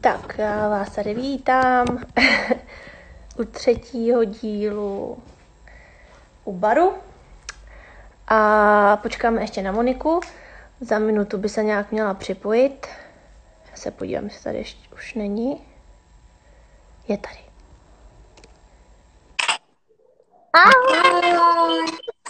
Tak, já vás tady vítám u třetího dílu u baru a počkáme ještě na Moniku. Za minutu by se nějak měla připojit. Já se podívám, jestli tady ještě už není. Je tady. Ahoj!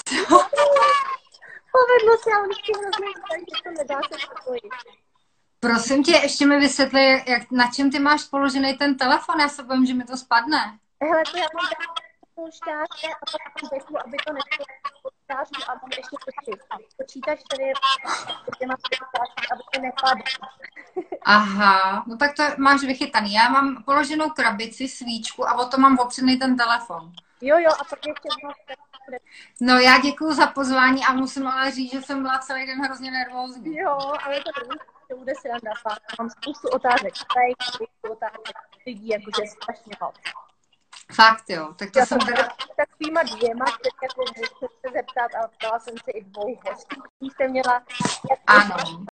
Povedlo se, ale vždycky hrozně že to nedá se připojit. Prosím tě, ještě mi vysvětli, na čem ty máš položený ten telefon, já se bojím, že mi to spadne. Hele, to já mám polštáře a pak mám deku, aby to nešlo polštářů a mám ještě počítač, který je těma polštářů, aby to nepadlo. Aha, no tak to máš vychytaný. Já mám položenou krabici, svíčku a o to mám opřený ten telefon. Jo, a pak ještě No já děkuju za pozvání a musím ale říct, že jsem byla celý den hrozně nervózní. Jo, ale to bude sranda. Mám spoustu otázek. Spoustu otázek lidí, jakože strašně moc. Fakt jo, tak to Já jsem teda... takovýma dvěma, teď jako musím se zeptat, ale ptala jsem se i 2 hostů, který jste měla. Ano.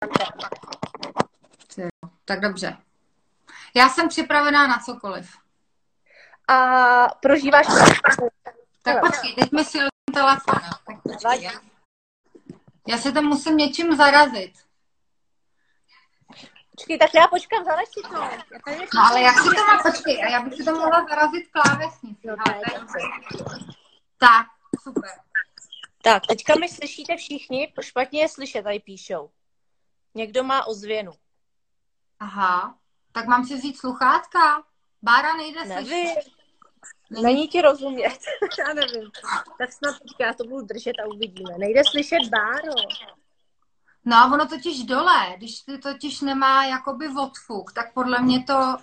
Tak dobře. Já jsem připravená na cokoliv. A prožíváš... Tak počkej, teď mi sjel telefon. Tak počkej. Já se tam musím něčím zarazit. Počkej, tak já počkám, zalež si to. No ale jak si to má, počkej, a já bych si to mohla zarazit klávesnici. Tak, super. Tak, teďka mi slyšíte všichni, špatně je slyšet, tady píšou. Někdo má ozvěnu. Aha, tak mám si vzít sluchátka? Bára nejde slyšet. Není ti rozumět. Já nevím. Tak snad já to budu držet a uvidíme. Nejde slyšet, Báro. No a ono totiž dole, když ty totiž nemá jakoby odfuk, tak podle mě to...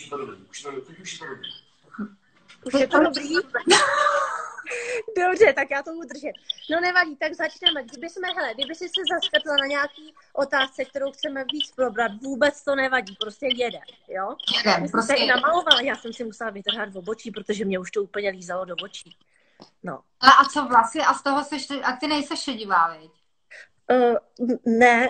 Už je to dobrý? Dobře, tak já to budu držet. No nevadí, tak začneme. Kdyby si se zaskatla na nějaký otázce, kterou chceme víc probrat, vůbec to nevadí, prostě jede, jo? Jedem, prostě jedem. Namalovala, já jsem si musela vytrhat v obočí, protože mě už to úplně lízalo do očí. No. A co vlasy? A z toho a ty nejseš šedivá, viď? Ne.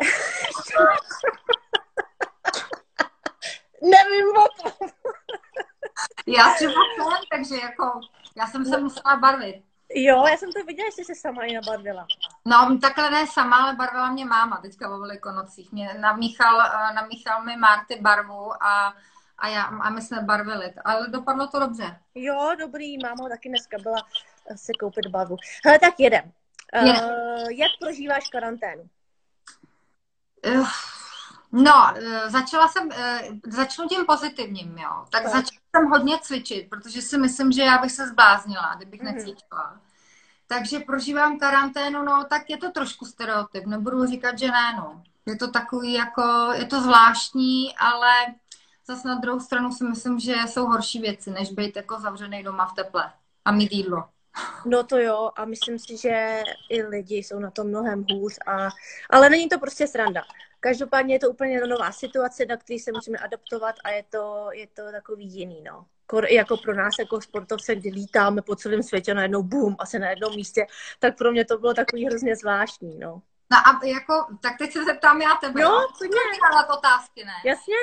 Nevím o tom. Já třeba jsem, takže jako, já jsem se musela barvit. Jo, já jsem to viděla, že jsi se sama i nabarvila. No, takhle ne sama, ale barvila mě máma teďka o Velikonocích. Mě namíchal mi Marty barvu a my jsme barvili. Ale dopadlo to dobře. Jo, dobrý, máma taky dneska byla si koupit barvu. Hele, tak jedem. Jak prožíváš karanténu? No, začnu tím pozitivním, jo. Tak začala jsem hodně cvičit, protože si myslím, že já bych se zbláznila, kdybych necvičila. Takže prožívám karanténu, no, tak je to trošku stereotyp, nebudu říkat, že ne, no. Je to takový jako, je to zvláštní, ale zase na druhou stranu si myslím, že jsou horší věci, než být jako zavřený doma v teple a mít jídlo. No to jo, a myslím si, že i lidi jsou na tom mnohem hůř, ale není to prostě sranda. Každopádně je to úplně nová situace, na který se musíme adaptovat a je to takový jiný, no. Jako pro nás, jako sportovce, kdy lítáme po celém světě najednou boom, asi na jednom místě, tak pro mě to bylo takový hrozně zvláštní, no. No a jako, tak teď se zeptám já tebe. Jo, co dělat otázky, ne? Jasně.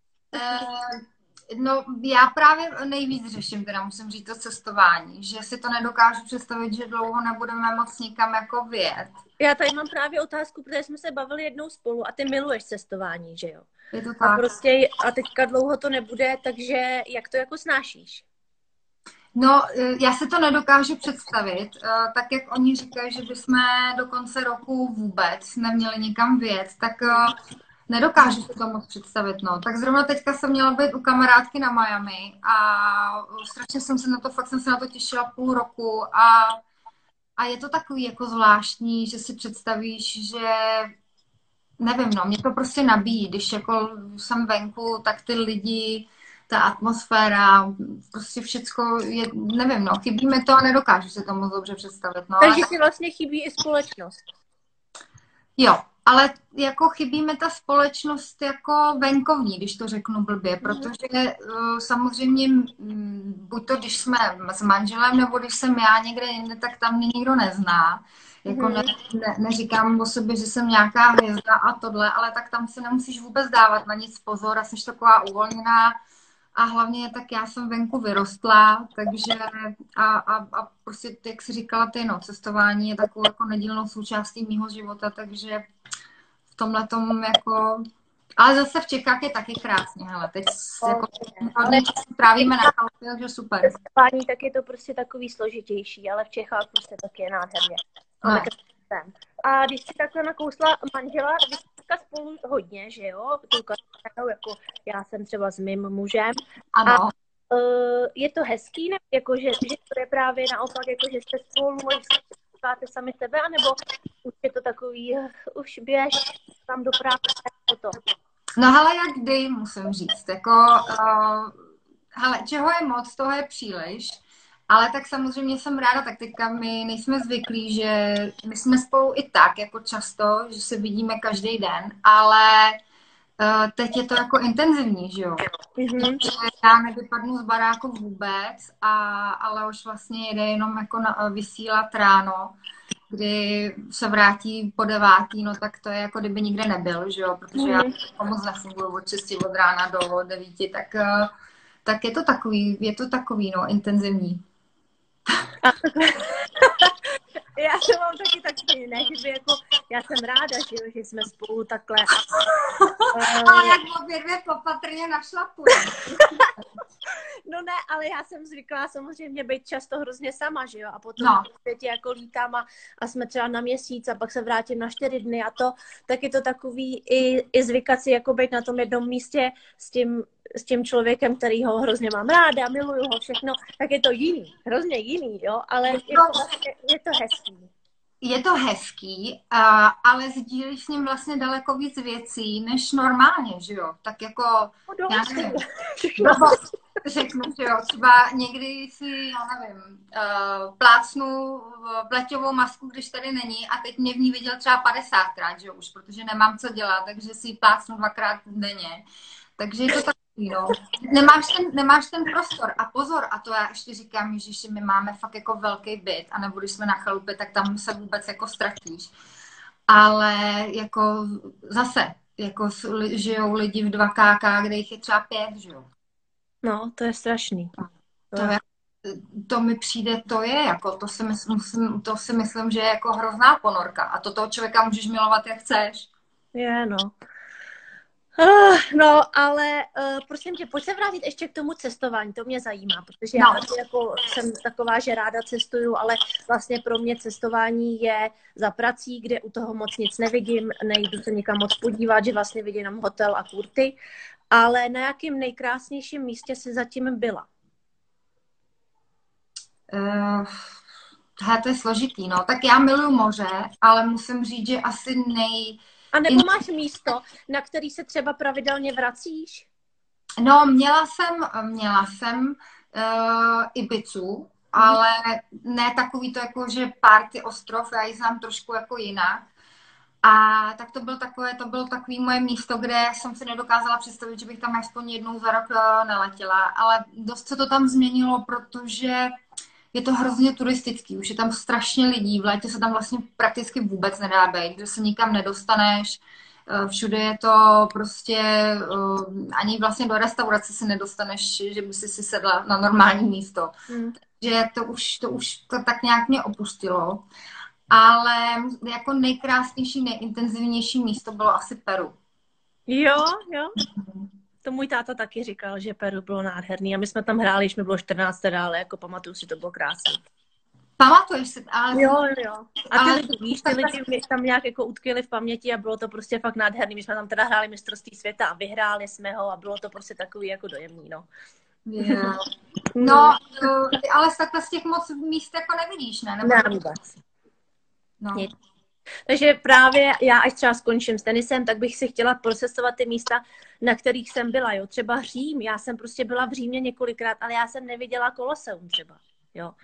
No, já právě nejvíc řeším, teda musím říct, to cestování, že si to nedokážu představit, že dlouho nebudeme moc nikam jako vyjet. Já tady mám právě otázku, protože jsme se bavili jednou spolu a ty miluješ cestování, že jo? Je to tak. A teďka dlouho to nebude, takže jak to jako snášíš? No, já si to nedokážu představit, tak jak oni říkají, že bychom do konce roku vůbec neměli nikam vyjet, tak nedokážu si to moc představit, no. Tak zrovna teďka jsem měla být u kamarádky na Miami a strašně jsem se na to, fakt jsem se na to těšila půl roku a je to takový jako zvláštní, že si představíš, že nevím, no, mě to prostě nabíjí, když jako jsem venku, tak ty lidi, ta atmosféra, prostě všecko je, nevím, no, chybí mi to a nedokážu si to moc dobře představit, no. Takže ti vlastně chybí i společnost. Jo, ale jako chybí mi ta společnost jako venkovní, když to řeknu blbě, protože samozřejmě buď to, když jsme s manželem, nebo když jsem já někde jinde, tak tam mě nikdo nezná. Jako neříkám o sobě, že jsem nějaká hvězda a tohle, ale tak tam se nemusíš vůbec dávat na nic pozor a jsi taková uvolněná. A hlavně tak já jsem venku vyrostla, takže a prostě, jak jsi říkala ty, no, cestování je takovou jako nedílnou součástí mýho života, takže v tomhle tom jako... Ale zase v Čechách je taky krásně, hele, teď jako hodně času trávíme na chalupě, takže super. Cestování tak je to prostě takový složitější, ale v Čechách prostě taky je nádherně. No. A když si takhle nakousla manžela, vy jste spolu hodně, že jo? Jako já jsem třeba s mým mužem. Ano. A je to hezký, nebo jako, že to je právě naopak, jako, že jste spolu, máte sami sebe, anebo už je to takový, už běž tam do práce, to. No hele, jak kdy, musím říct, jako, hele, čeho je moc, toho je příliš, ale tak samozřejmě jsem ráda, tak teďka my nejsme zvyklí, že my jsme spolu i tak, jako často, že se vidíme každý den, ale teď je to jako intenzivní, že jo. Já nevypadnu z baráku vůbec, ale už vlastně jede jenom jako vysílat ráno, kdy se vrátí po 9, no tak to je jako kdyby nikde nebyl, že jo, protože já moc nefunguju od 6 od rána do 9, tak je to takový, no, intenzivní. Já to mám taky tak stejné, že by jako, já jsem ráda, že jsme spolu takhle. Ale jak obě dvě popatrně našlapujeme. No ne, ale já jsem zvyklá samozřejmě být často hrozně sama, že jo, a potom v světě jako lítám a jsme třeba na měsíc a pak se vrátím na 4 dny a to, tak je to takový i zvykat si jako být na tom jednom místě s tím člověkem, který ho hrozně mám ráda, miluju ho všechno, tak je to jiný, hrozně jiný, jo, ale je to hezký. Je to hezký, ale sdílíš s ním vlastně daleko víc věcí, než normálně, že jo? Tak jako, já nevím, řeknu, že jo, třeba někdy si, já nevím, plácnu pleťovou masku, když tady není a teď mě v ní viděl třeba 50krát, že jo, už, protože nemám co dělat, takže si ji plácnu 2krát denně. Takže je to takový, no. Nemáš ten prostor. A pozor, a to já ještě říkám, že my máme fakt jako velký byt, anebo když jsme na chalupě, tak tam se vůbec jako ztratíš. Ale jako zase, jako žijou lidi v 2KK, kde jich je třeba 5, že jo. No, to je strašný. To mi přijde, to si myslím, že je jako hrozná ponorka. A to toho člověka můžeš milovat, jak chceš. Je, no. No, ale prosím tě, pojď se vrátit ještě k tomu cestování, to mě zajímá, protože já jako jsem taková, že ráda cestuju, ale vlastně pro mě cestování je za prací, kde u toho moc nic nevidím, nejdu se nikam moc podívat, že vlastně vidím jenom hotel a kurty, ale na jakém nejkrásnějším místě jsi zatím byla? To je složitý, no. Tak já miluju moře, ale musím říct, že asi A nebo máš místo, na který se třeba pravidelně vracíš? No, měla jsem Ibizu, ale ne takový to jako, že party ostrov, já ji znám trošku jako jinak. A tak to bylo takový moje místo, kde jsem si nedokázala představit, že bych tam aspoň jednou za rok neletěla, ale dost se to tam změnilo, protože je to hrozně turistický, už je tam strašně lidí, v létě se tam vlastně prakticky vůbec nedá být, kde se nikam nedostaneš, všude je to prostě, ani vlastně do restaurace se nedostaneš, že by si sedla na normální místo. Takže to už tak nějak mě opustilo. Ale jako nejkrásnější, nejintenzivnější místo bylo asi Peru. Jo. To můj táta taky říkal, že Peru bylo nádherný a my jsme tam hráli, když mi bylo 14 ale jako pamatuju si, to bylo krásné. Pamatuješ si? Ale... Jo. A ty lidi, víš, ty lidi tam nějak jako utkvěli v paměti a bylo to prostě fakt nádherný. My jsme tam teda hráli mistrovství světa a vyhráli jsme ho a bylo to prostě takový jako dojemný, no. Yeah. No, ale takhle z těch moc míst jako nevidíš, ne? Ne, vůbec. No. Takže právě já, až třeba skončím s tenisem, tak bych si chtěla procesovat ty místa, na kterých jsem byla, jo. Třeba Řím, já jsem prostě byla v Římě několikrát, ale já jsem neviděla Koloseum třeba, jo.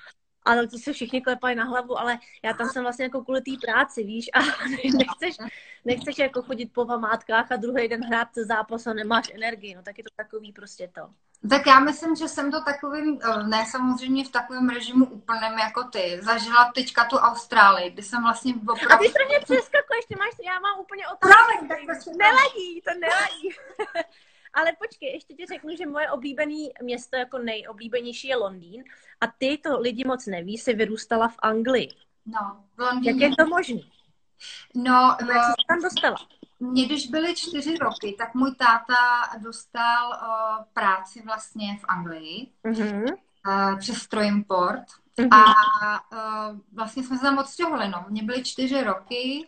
Ale to se všichni klepají na hlavu, ale já tam jsem vlastně jako kvůli té práci, víš, a nechceš jako chodit po památkách a druhý den hrát zápas a nemáš energii, no tak je to takový prostě to. Tak já myslím, že jsem to takovým, ne samozřejmě v takovém režimu úplném jako ty, zažila teďka tu Austrálii, kdy jsem vlastně opravdu... A ty strašně přeskakuješ, já mám úplně otázku. Neladí, to neladí. Ale počkej, ještě ti řeknu, že moje oblíbené město, jako nejoblíbenější je Londýn a ty, to lidi moc neví, jsi vyrůstala v Anglii. No, v Londýně. Jak je to možné? No, jak jsi tam dostala? Mně, když byly 4 roky, tak můj táta dostal práci vlastně v Anglii přes Strojimport. A vlastně jsme se tam odstěhovali, no. Mně byly 4 roky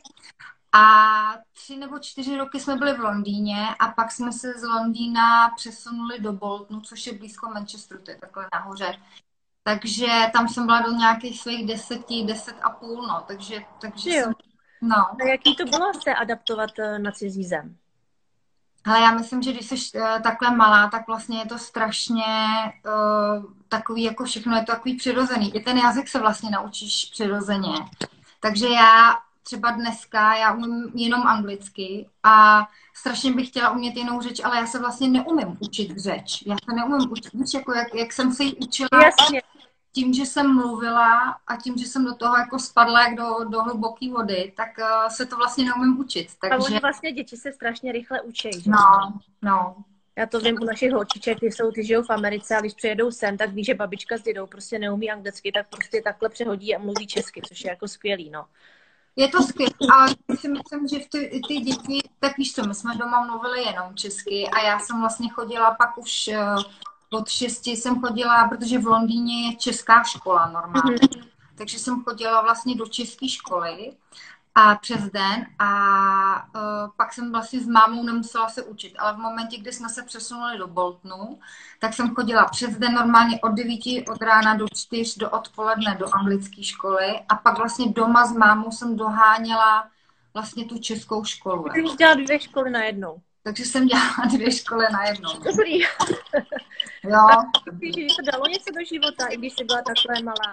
a 3 nebo 4 roky jsme byli v Londýně a pak jsme se z Londýna přesunuli do Boltonu, což je blízko Manchesteru, to je takhle nahoře. Takže tam jsem byla do nějakých svých 10,5, no. Takže jsem, no. A jaký to bylo se adaptovat na cizí zem? Ale já myslím, že když jsi takhle malá, tak vlastně je to strašně takový, jako všechno je to takový přirozený. I ten jazyk se vlastně naučíš přirozeně. Takže já třeba dneska, já umím jenom anglicky a strašně bych chtěla umět jinou řeč, ale já se vlastně neumím učit řeč. Já se neumím učit, víš, jako jak jsem se ji učila. Jasně. Tím, že jsem mluvila a tím, že jsem do toho jako spadla jak do hluboké vody, tak se to vlastně neumím učit. Takže... A oni vlastně děti se strašně rychle učí, že? No. Já to vím u našich holčiček, ty žijou v Americe a když přijedou sem, tak ví, že babička s dědou prostě neumí anglicky, tak prostě takhle přehodí a mluví česky, což je jako skvělý, no. Je to skvělé, ale si myslím, že ty děti, tak víš co, my jsme doma mluvili jenom česky a já jsem vlastně chodila pak už od 6 jsem chodila, protože v Londýně je česká škola normálně, takže jsem chodila vlastně do české školy a přes den a pak jsem vlastně s mámou nemusela se učit, ale v momentě, kdy jsme se přesunuli do Boltonu, tak jsem chodila přes den normálně od 9 od rána do 4 do odpoledne do anglické školy a pak vlastně doma s mámou jsem doháněla vlastně tu českou školu. Ty jsi dělala 2 školy najednou. Takže jsem dělala 2 školy najednou. Dobrý. Jo. A myslíš, že to dalo něco do života, i když jsi byla takhle malá?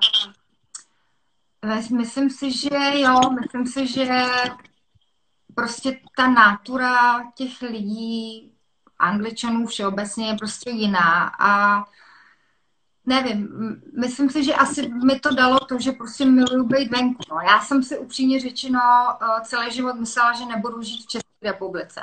Myslím si, že jo. Myslím si, že prostě ta natura těch lidí, Angličanů všeobecně je prostě jiná a nevím, myslím si, že asi mi to dalo to, že prostě miluju být venku. No. Já jsem si upřímně řečeno celý život myslela, že nebudu žít v České republice.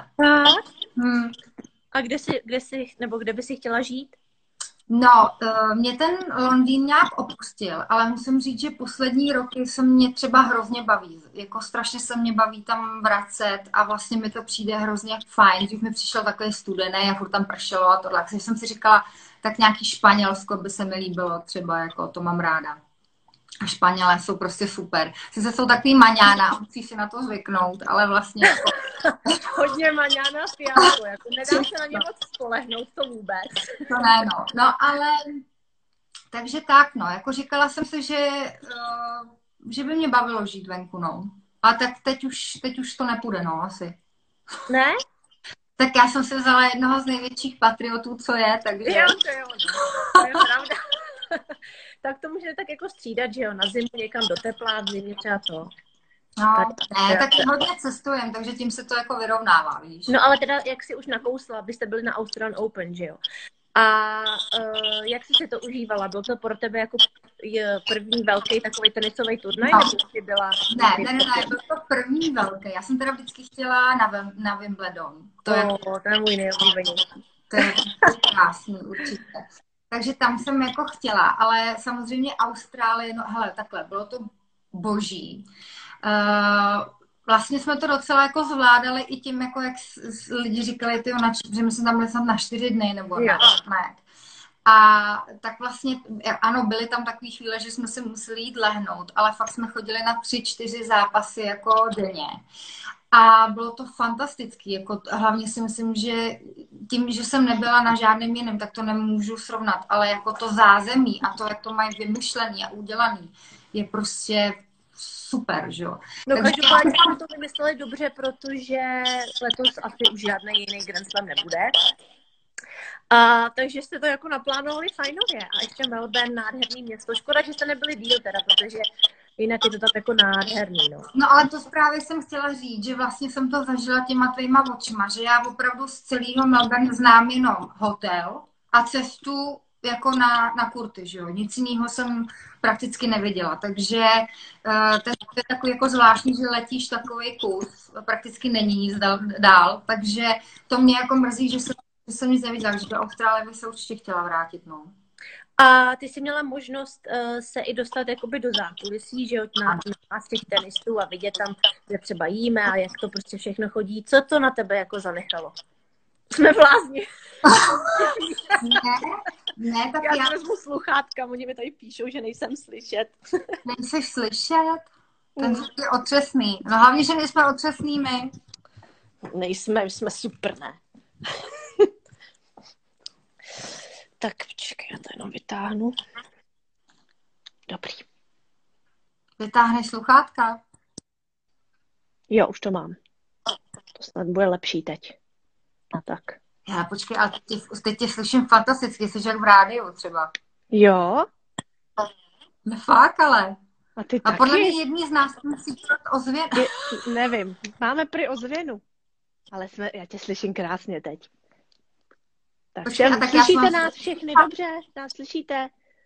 A kde by si chtěla žít? No, mě ten Londýn nějak opustil, ale musím říct, že poslední roky se mě třeba hrozně baví. Jako strašně se mě baví tam vracet a vlastně mi to přijde hrozně fajn. Když mi přišlo takové studené a furt tam pršelo a tohle. Takže jsem si říkala, tak nějaký Španělsko by se mi líbilo třeba, jako to mám ráda. A Španělé jsou prostě super. Sice jsou takový maňána, musíš si na to zvyknout, ale vlastně jako... Hodně maňána fialku, jako nedám se na ně moc spolehnout, to vůbec. To ne, no. No, ale... Takže tak, no. Jako říkala jsem si, že by mě bavilo žít venku, no. A tak teď už to nepůjde, no, asi. Ne? Tak já jsem si vzala jednoho z největších patriotů, co je, takže... Jo, to je pravda. Tak to můžete tak jako střídat, že jo, na zimu někam do tepla, v zimě třeba to. No, tak hodně cestujem, takže tím se to jako vyrovnává, víš. No ale teda, jak jsi už nakousla, abyste byli na Australian Open, že jo? A jak jsi si to užívala? Byl to pro tebe jako první velký takový tenisový turnaj? No. Nebo jsi byla... Ne, byl to první velký. Já jsem teda vždycky chtěla na Wimbledon. To je můj nejoblíbenější. To je krásný, určitě. Takže tam jsem jako chtěla, ale samozřejmě Austrálie, no hele, takhle, bylo to boží. Vlastně jsme to docela jako zvládali i tím, jako jak lidi říkali, že my jsme tam byli snad na 4 dny, nebo ne. A tak vlastně, ano, byly tam takové chvíle, že jsme si museli jít lehnout, ale fakt jsme chodili na 3-4 zápasy jako denně. A bylo to fantastický, jako hlavně si myslím, že tím, že jsem nebyla na žádném jiném, tak to nemůžu srovnat, ale jako to zázemí a to, jak to mají vymyšlený a udělaný, je prostě super, že jo. No každopádně jsme to vymysleli dobře, protože letos asi už žádný jiný Grand Slam nebude. A takže jste to jako naplánovali fajnově. A ještě Melbourne, nádherný město. Škoda, že jste nebyli díl teda, protože jinak je to tam jako nádherný, no. No ale to právě jsem chtěla říct, že vlastně jsem to zažila těma tvýma očima, že já opravdu z celého Melbourne znám jenom hotel a cestu jako na kurty, že jo. Nic jiného jsem prakticky neviděla, takže to je takový jako zvláštní, že letíš takový kus, prakticky není nic dál, takže to mě jako mrzí, že jsem nic neviděla, že do Austrálie bych se určitě chtěla vrátit, no. A ty jsi měla možnost se i dostat jakoby do zákulisí, že jo, na z těch tenistů a vidět tam, kde třeba jíme a jak to prostě všechno chodí. Co to na tebe jako zanechalo? Jsme blázni. Ne, tak já vezmu sluchátka, oni mi tady píšou, že nejsem slyšet. Nejseš slyšet? Ten zvuk je otřesný. No hlavně, že nejsme otřesný my. Nejsme, my jsme super, ne? Tak počkej, já to jenom vytáhnu. Dobrý. Vytáhneš sluchátka? Jo, už to mám. To snad bude lepší teď. A tak. Já počkej, ale teď tě slyším fantasticky, jsi jak v rádiu třeba. Jo? No fakt, ale. A ty a taky? podle mě jedni z nás musí dělat ozvěnu. Nevím, máme prý ozvěnu. Ale já tě slyším krásně teď. Tak všem, slyšíte nás všechny dobře? Nás slyšíte?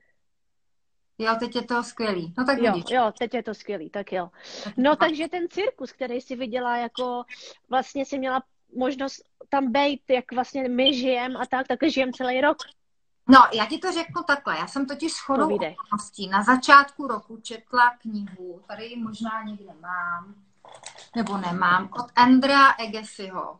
Jo, teď je to skvělý. No tak jo, teď je to skvělý, tak jo. No takže ten cirkus, který jsi viděla, jako vlastně si měla možnost tam být, jak vlastně my žijeme a tak žijeme celý rok. No, já ti to řeknu takhle. Já jsem totiž shodou okolností na začátku roku četla knihu, tady ji možná někde mám, nebo nemám, od Andrea Agassiho.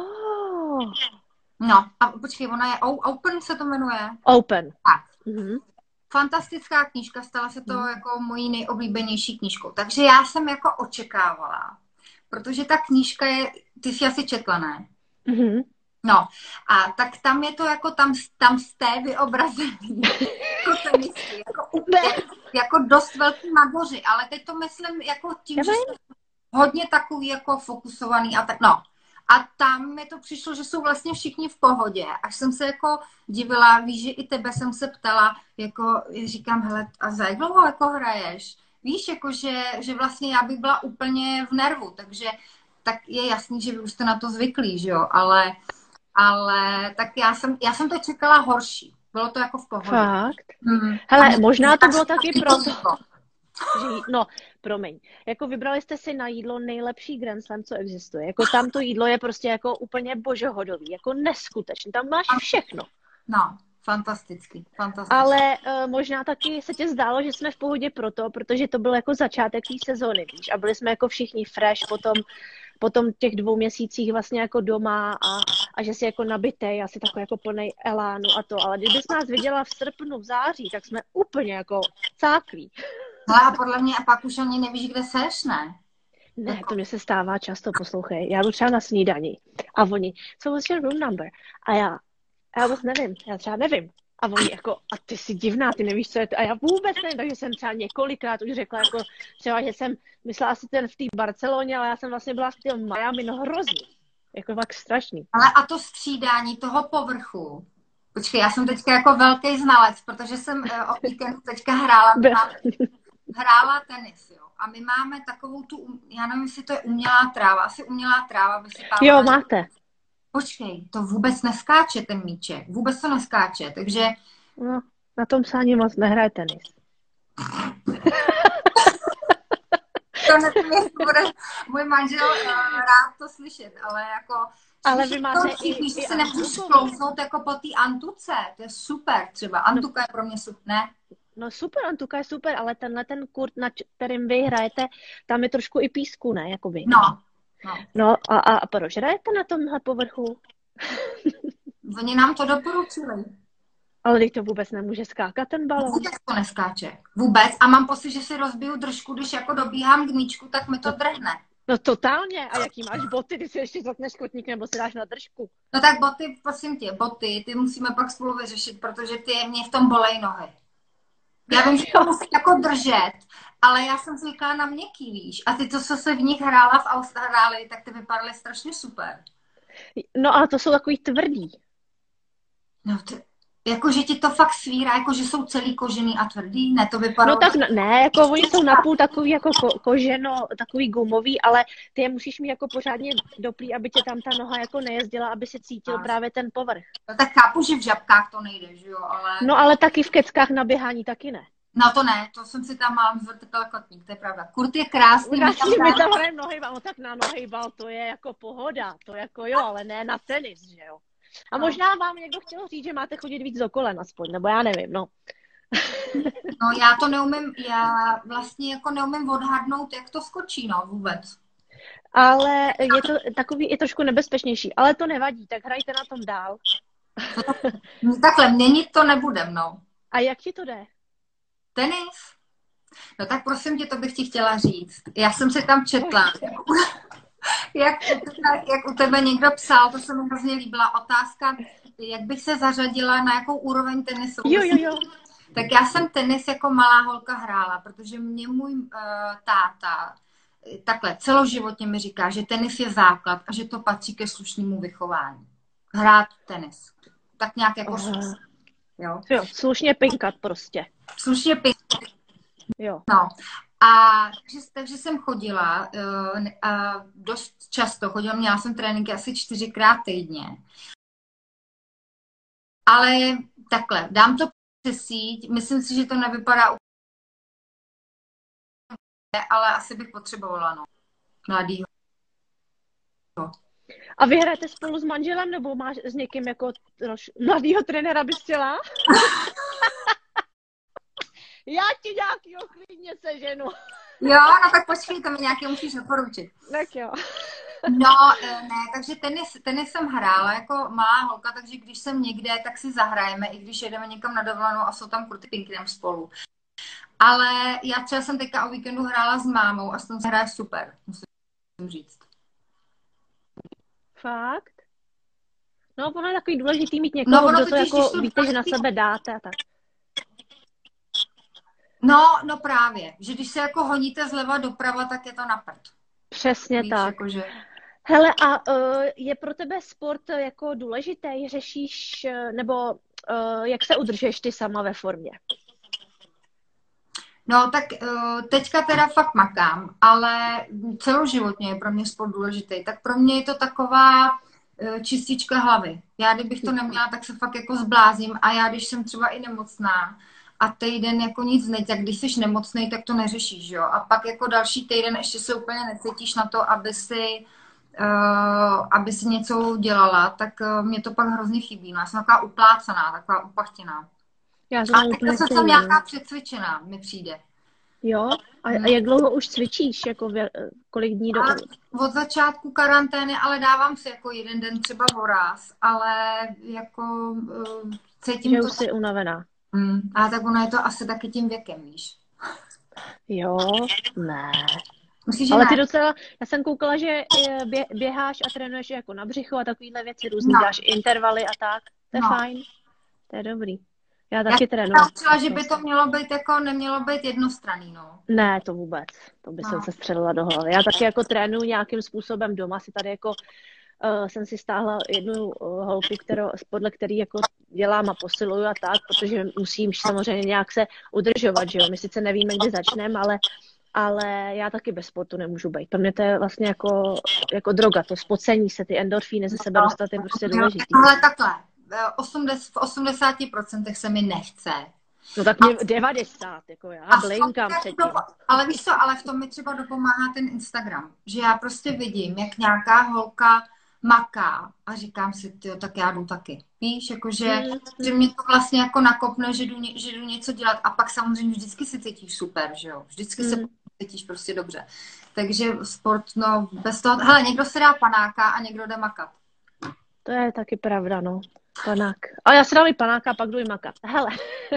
Oh. No, a počkej, ona je Open se to jmenuje? Open. Tak. Fantastická knížka, stala se to jako mojí nejoblíbenější knížkou. Takže já jsem jako očekávala, protože ta knížka je, ty jsi asi četla, ne? No, a tak tam je to jako, tam jste vyobrazený, jako tenisky, jako dost velký magoři, ale teď to myslím jako tím, že jsou hodně takový jako fokusovaný a tak, no. A tam mi to přišlo, že jsou vlastně všichni v pohodě. Až jsem se jako divila, víš, že i tebe jsem se ptala, jako říkám, hele, a za jak dlouho jako hraješ? Víš, jako že vlastně já bych byla úplně v nervu, takže tak je jasný, že vy už jste na to zvyklí, že jo, ale tak já jsem to čekala horší. Bylo to jako v pohodě. Fakt? Hele, možná to bylo taky proto. No, promiň. Jako vybrali jste si na jídlo nejlepší Grand Slam, co existuje. Jako tam to jídlo je prostě jako úplně božohodový, jako neskutečný. Tam máš všechno. No, fantasticky. Ale možná taky se tě zdálo, že jsme v pohodě protože to byl jako začátek té sezóny, víš. A byli jsme jako všichni fresh potom těch 2 měsících vlastně jako doma a že jsi jako nabitej, asi takový jako plnej elánu a to. Ale kdybys nás viděla v srpnu, v září, tak jsme úplně jako cáklí. No a podle mě, a pak už ani nevíš, kde seš, ne? Ne, to mě se stává často, poslouchej. Já jdu třeba na snídani a oni, co was your room number? A já vůbec nevím, já třeba nevím. A oni jako, a ty jsi divná, ty nevíš, co je to. A já vůbec nevím, takže jsem třeba několikrát už řekla, jako třeba, že jsem myslela asi ten v té Barceloně, ale já jsem vlastně byla v tom Miami, no hrozný. Jako fakt strašný. Ale a to střídání toho povrchu. Počkej, já jsem teďka jako velký znalec, protože jsem o víkendu teďka hrála tenis, jo. A my máme takovou tu, já nevím, jestli to je umělá tráva, asi umělá tráva vysypávaná. Jo, máte. Počkej, to vůbec neskáče ten míček, vůbec to neskáče, takže... No, na tom se ani moc nehraje tenis. To nevím, bude můj manžel rád to slyšet, ale jako... Ale vy máte i se nemůžeš klouznout jako po té antuce, to je super třeba. Antuka je pro mě super, ne? No super, Antuka je super, ale tenhle ten kurt, na kterým vy hrajete, tam je trošku i písku, ne? Jakoby. No a proč hrajete na tomhle povrchu? Oni nám to doporučili. Ale teď to vůbec nemůže skákat ten balón. Vůbec to neskáče. Vůbec. A mám pocit, že si rozbiju držku, když jako dobíhám k míčku, tak mi to drhne. No totálně. A jaký máš boty, ty si ještě zatneš kotník nebo si dáš na držku? No tak boty, prosím tě, ty musíme pak spolu vyřešit, protože mě v tom bolej nohy. Já vím, že to musí jako držet, ale já jsem zvyklá na měkký, víš. A ty, co se v nich hrála v Austrálii, tak ty vypadaly strašně super. No ale to jsou takový tvrdý. No, jako, že ti to fakt svírá, jako, že jsou celý kožený a tvrdý? Ne, to No vypadalo... tak ne, jako oni jsou napůl takový jako koženo, takový gumový, ale ty je musíš mít jako pořádně doplý, aby tě tam ta noha jako nejezdila, aby si cítil právě ten povrch. No, tak chápu, že v žabkách to nejde, že jo, ale... No ale taky v keckách na běhání taky ne. No to ne, to jsem si tam mala zvrtele kotník, to je pravda. Kurt je krásný. My tam hrajeme nohybal, no tak na nohybal to je jako pohoda, to jako jo, ale ne na tenis, že jo. A možná vám někdo chtěl říct, že máte chodit víc do kolen aspoň, nebo já nevím, no. No já to neumím, já vlastně jako neumím odhadnout, jak to skočí, no vůbec. Ale je to takový i trošku nebezpečnější, ale to nevadí, tak hrajte na tom dál. Takhle, měnit to nebudem, no. A jak ti to jde? Tenis? No tak prosím tě, to bych ti chtěla říct. Já jsem si tam četla, jak u tebe někdo psal, to se mi hrozně líbila otázka, jak bych se zařadila, na jakou úroveň tenisu. Jo. Tak já jsem tenis jako malá holka hrála, protože mě můj táta takhle celoživotně mi říká, že tenis je základ a že to patří ke slušnému vychování. Hrát tenis. Tak nějak jako jo, slušně pinkat prostě. Slušně pinkat. Jo. No. Takže jsem chodila dost často. Měla jsem tréninky asi 4krát týdně. Ale takhle, dám to přes síť. Myslím si, že to nevypadá úplně, ale asi bych potřebovala, no. Mladýho. A vy hrajete spolu s manželem, nebo máš s někým jako mladýho trenéra bys chtěla? Já ti nějakýho klidně seženu. Jo, no tak počkej, to mi nějaký musíš doporučit. Tak jo. No, ne, takže tenis jsem hrála jako malá holka, takže když jsem někde, tak si zahrajeme, i když jedeme někam na dovolenou a jsou tam kurty pinknem spolu. Ale já třeba jsem teďka o víkendu hrála s mámou a s tom se hraje super, musím říct. Fakt? No, ono je takový důležitý mít někoho, kdo to jako víte, že na sebe dáte a tak. No právě, že když se jako honíte zleva doprava, tak je to na prd. Přesně víš, tak. Jakože... Hele, a je pro tebe sport jako důležitý? Řešíš, nebo jak se udržuješ ty sama ve formě? No tak teďka teda fakt makám, ale celoživotně je pro mě sport důležitý. Tak pro mě je to taková čistička hlavy. Já kdybych to neměla, tak se fakt jako zblázím a já když jsem třeba i nemocná a týden jako nic neď, tak když jsi nemocnej, tak to neřešíš, jo. A pak jako další týden ještě se úplně necítíš na to, aby si něco dělala, tak mě to pak hrozně chybí. No, já jsem taková uplácaná, taková upachtěná. A teď jsem nějaká přecvičená, mi přijde. Jo? A jak dlouho už cvičíš? Jako kolik dní do... Od začátku karantény, ale dávám si jako jeden den třeba voraz, ale jako cítím že to... už jsi unavená. A tak ono je to asi taky tím věkem, víš. Jo, ne. Myslíš, ale ne? ty docela, já jsem koukala, že běháš a trénuješ jako na břichu a takovýhle věci různý, děláš intervaly a tak. To je fajn. To je dobrý. Já taky trénuji. Já jsem že by to mělo být jako, nemělo být jednostranný, no. Ne, to vůbec. To by jsem se střelila do hlavy. Já taky jako trénuji nějakým způsobem doma, si tady jako jsem si stáhla jednu holku, podle který jako dělám a posiluju a tak, protože musím samozřejmě nějak se udržovat, že jo. My sice nevíme, kdy začneme, ale já taky bez sportu nemůžu být. Pro mě to je vlastně jako droga, to spocení se, ty endorfíny ze sebe dostat je prostě důležitý. Ale takhle, v 80% se mi nechce. No tak mě 90, jako já blinkám předtím. Ale víš co, ale v tom mi třeba dopomáhá ten Instagram, že já prostě vidím, jak nějaká holka maká a říkám si, tyjo, tak já jdu taky. Víš, jakože že mě to vlastně jako nakopne, že jdu něco dělat a pak samozřejmě vždycky si cítíš super, že jo? Vždycky se cítíš prostě dobře. Takže sport, no bez toho, hele, někdo se dá panáka a někdo jde makat. To je taky pravda, no. Panák. A já si dám i panáka a pak jdu i makat. Hele.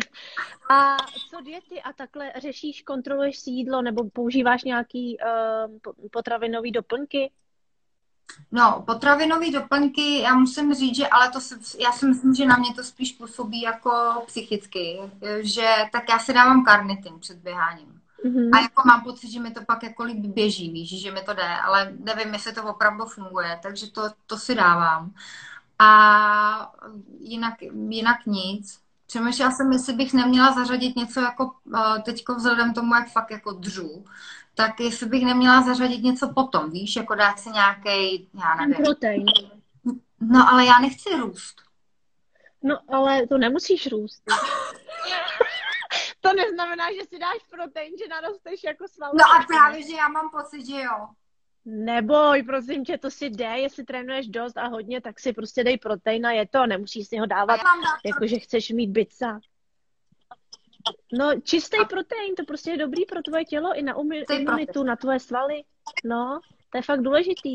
A co diety a takhle řešíš, kontroluješ si jídlo nebo používáš nějaký potravinový doplňky? No, potravinové doplňky, já musím říct, že já si myslím, že na mě to spíš působí jako psychicky, že tak já si dávám karnitin před běháním. A jako mám pocit, že mi to pak jako líp běží, víš, že mi to jde, ale nevím, jestli to opravdu funguje, takže to si dávám. A jinak nic. Přemýšlela jsem, jestli bych neměla zařadit něco jako teďko vzhledem tomu, jak fakt jako dřu, tak jestli bych neměla zařadit něco potom, víš, jako dát si nějaký, já nevím. Protein. No, ale já nechci růst. No, ale to nemusíš růst. To neznamená, že si dáš protein, že narosteš jako svalové. No a právě, že já mám pocit, že jo. Neboj, prosím tě, to si dej, jestli trénuješ dost a hodně, tak si prostě dej protein a je to, nemusíš si ho dávat, jakože chceš mít bica. No, čistý protein, to prostě je dobrý pro tvoje tělo i na imunitu, na tvoje svaly. No, to je fakt důležitý.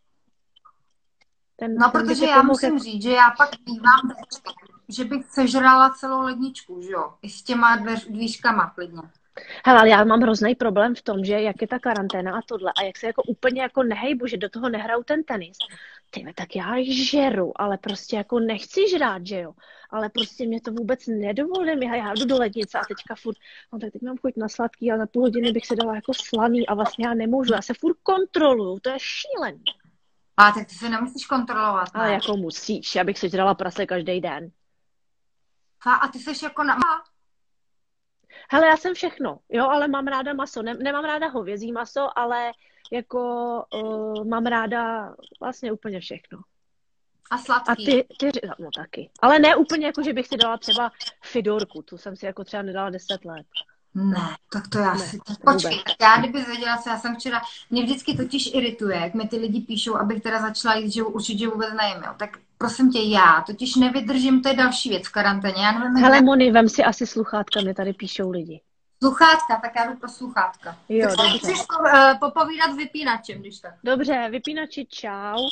No, protože já musím říct, že já pak bývám že bych sežrala celou ledničku, že jo? I s těma dvířkama klidně. Hele, ale já mám hrozný problém v tom, že jak je ta karanténa a tohle a jak se jako úplně jako nehejbu, že do toho nehraju ten tenis. Tyhle, tak já žeru, ale prostě jako nechci žrát, že jo. Ale prostě mě to vůbec nedovolím. Já jdu do lednice a teďka furt, no tak teď mám chuť na sladký a za půl hodiny bych se dala jako slaný a vlastně já nemůžu. Já se furt kontroluju, to je šílený. A tak ty se nemusíš kontrolovat, ne? Ale jako musíš, já bych sežrala prase každý den. A ty seš jako na... Hele, já jsem všechno, jo, ale mám ráda maso. Nemám ráda hovězí maso, ale jako mám ráda vlastně úplně všechno. A sladký? A ty no taky. Ale ne úplně jako, že bych si dala třeba fidorku, tu jsem si jako třeba nedala 10 let. Ne, tak to já si... Počkej, tak já kdyby věděla, co já jsem včera... Mě vždycky totiž irituje, jak mi ty lidi píšou, abych teda začala jít, že určitě vůbec nejím, jo. Tak prosím tě, já totiž nevydržím, to je další věc v karanténě. Já nevím, hele, Moni, vem si asi sluchátka, mě tady píšou lidi. Sluchátka, tak já jdu pro sluchátka. Jo, tak dobře. chceš popovídat vypínačem, když tak. Dobře, vypínači, čau.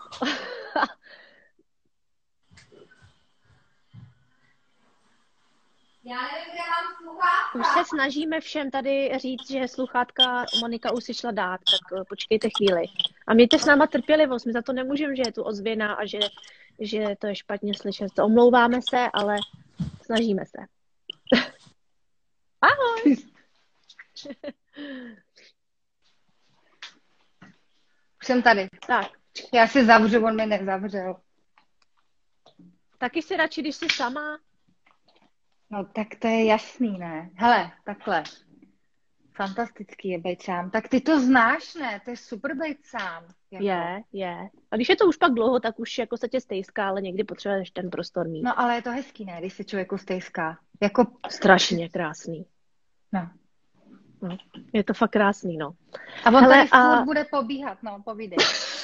Já nevím, kde mám sluchátka. Už se snažíme všem tady říct, že sluchátka Monika už si šla dát, tak počkejte chvíli. A mějte s náma trpělivost, my za to nemůžeme, že je tu ozvěna a že to je špatně slyšet. To omlouváme se, ale snažíme se. Ahoj! Už jsem tady. Tak. Já si zavřu, on mi nezavřel. Taky si radši, když jsi sama? No tak to je jasný, ne? Hele, takhle. Fantastický je být sám. Tak ty to znáš, ne? To je super být sám. Jako. Je. A když je to už pak dlouho, tak už jako se tě stejská, ale někdy potřebuješ ten prostor mít. No ale je to hezký, ne? Když se člověku stejská. Jako... Strašně krásný. No. Je to fakt krásný, no. A on tady furt bude pobíhat, no, povídej.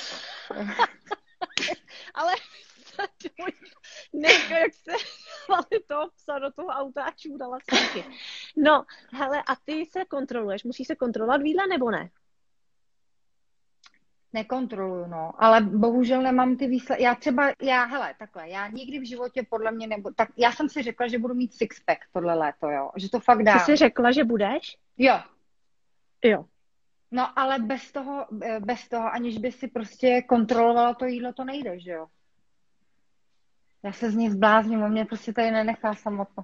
Ale nevím, jak se to psa do toho auta a čůrala sníky. No, hele, a ty se kontroluješ? Musíš se kontrolovat v jídle, nebo ne? Nekontroluju, no, ale bohužel nemám ty výsledky. Hele, takhle, já nikdy v životě podle mě nebudu, tak já jsem si řekla, že budu mít sixpack tohle léto, jo, že to fakt dám. Ty jsi řekla, že budeš? Jo. No, ale bez toho, aniž by si prostě kontrolovala to jídlo, to nejde, že jo. Já se z něj zblázním, on mě prostě tady nenechá samotnou.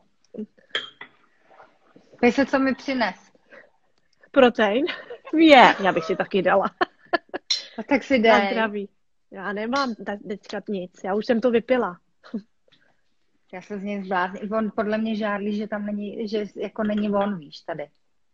Víš se, co mi přines? Protein? Já bych si taky dala. A tak si dej. Na zdraví. Já nemám teďka nic, já už jsem to vypila. Já se z něj zblázním. On podle mě žádlí, že tam není, že jako není on, víš, tady.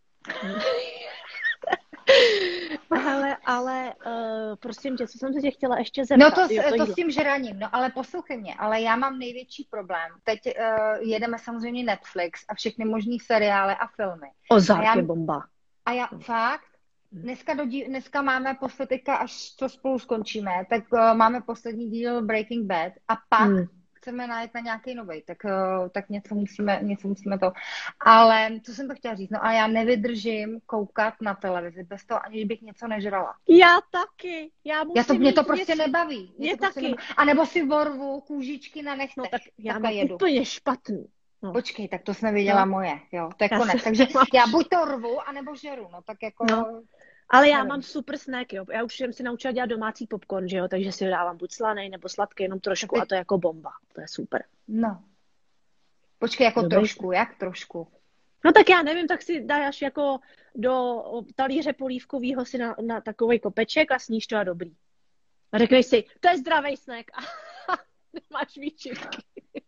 Hele, ale prosím tě, co jsem se tě chtěla ještě zeptat? No to s tím žraním, no ale poslouchej mě, ale já mám největší problém. Teď jedeme samozřejmě Netflix a všechny možný seriály a filmy. Ozark je bomba. A já fakt, dneska máme teďka, až to spolu skončíme, tak máme poslední díl Breaking Bad a pak chceme najít na nějaký novej, tak něco musíme to. Ale co jsem to chtěla říct, no a já nevydržím koukat na televizi bez toho, aniž bych něco nežrala. Já taky. Mě to prostě nebaví. Mě taky. A nebo si vorvu kůžičky na nechtech. No tak já mám úplně špatný. No. Počkej, tak to jsi neviděla moje, jo, to je konec. Takže já buď to rvu, anebo žeru, no tak jako... No. Ale já mám super snack, jo. Já už jsem si naučila dělat domácí popcorn, že jo, takže si ho dávám buď slaný, nebo sladký, jenom trošku a to je jako bomba. To je super. No. Počkej, jako Dobrý. trošku, jak trošku? No tak já nevím, tak si dáš jako do talíře polívkovýho si na takovej kopeček a sníš to a dobrý. A řekneš si, to je zdravý snack. Máš výčitky.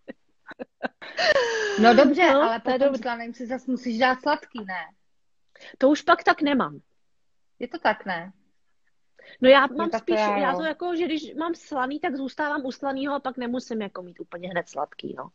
No dobře, No, ale to je potom dobrý. slaným si zase musíš dát sladký, ne? To už pak tak nemám. Je to tak, ne? No já Jo, mám tak to spíš, já to jo. jako, že když mám slaný, tak zůstávám u slanýho a pak nemusím jako mít úplně hned sladký, no.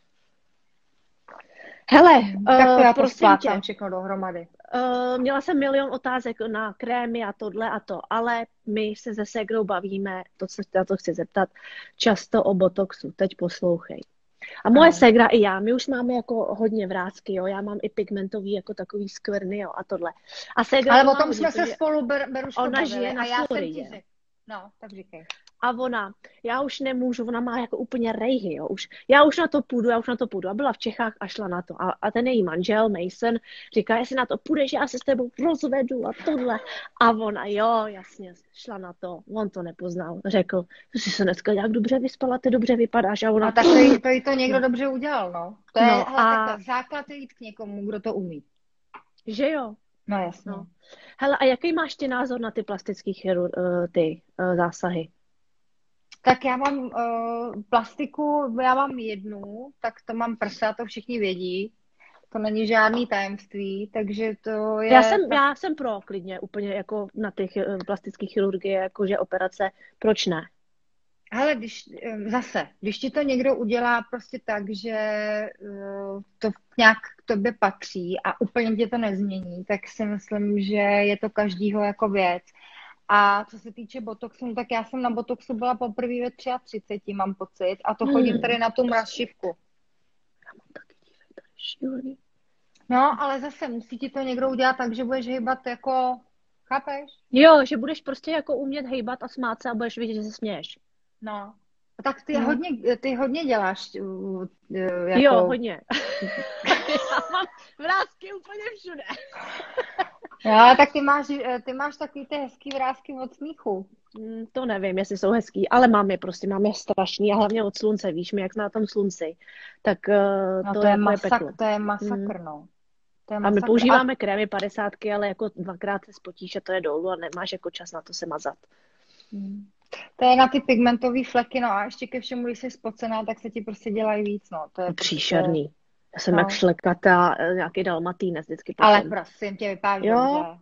Hele, Tak to já prosím posplácám tě, všechno dohromady. měla jsem milion otázek na krémy a tohle a to, ale my se se ségrou bavíme, to se na to chci zeptat, často o botoxu, teď poslouchej. A moje Ano. ségra i já, my už máme jako hodně vrásky, jo, já mám i pigmentový jako takový skvrny, jo, a tohle. A ségra Ale to o má tom hodně, jsme se protože spolu, Beruško, ona bavili žije na a já jsem Floridě. ti řekl. No, tak říkej. A ona, já už nemůžu, ona má jako úplně rejhy, jo, já už na to půjdu. A byla v Čechách a šla na to. A ten její manžel, Mason, říká, jestli na to půjdeš, já se s tebou rozvedu a tohle. A ona, jo, jasně, šla na to. On to nepoznal. Řekl, jsi se dneska nějak dobře vyspala, ty dobře vypadáš. A ona, A tak to jí to někdo dobře udělal, no. To je, No hele, a- takhle, základ je jít k někomu, kdo to umí. že jo. No jasně. No. Hele, a jaký máš ty názor na ty plastické zásahy? Tak já mám plastiku, já mám jednu, tak to mám prsa, to všichni vědí. To není žádný tajemství, takže to je... Já jsem pro klidně úplně jako na těch plastických chirurgie, jakože operace, proč ne? Hele, když ti to někdo udělá prostě tak, že to nějak k tobě patří a úplně tě to nezmění, tak si myslím, že je to každýho jako věc. A co se týče botoxu, no tak já jsem na botoxu byla poprvé ve 33, mám pocit, a to chodím tady na tu mrazšivku. Já mám taky dívej, tady šílený. No, ale zase musí ti to někdo udělat tak, že budeš hýbat jako, chápeš? Jo, že budeš prostě jako umět hejbat a smát se a budeš vidět, že se směješ. No. Tak ty hodně děláš. Jako... Jo, hodně. Já mám vrásky úplně všude. Jo, tak ty máš takový ty hezký vrásky od smíchu. To nevím, jestli jsou hezký, ale mám je strašný a hlavně od slunce, víš mi, jak jsme na tom slunci. Tak to je peklo. To je masakr, no. To je A my masakr. používáme krémy 50, ale jako 2krát se spotíš a to je dolů a nemáš jako čas na to se mazat. To je na ty pigmentové fleky, no a ještě ke všemu, když jsi spocená, tak se ti prostě dělají víc, no. To je příšerný. Já jsem no. jak šlekatá, nějaký dalmatýnec vždycky. Potom. Ale prosím tě, vypadá dobře.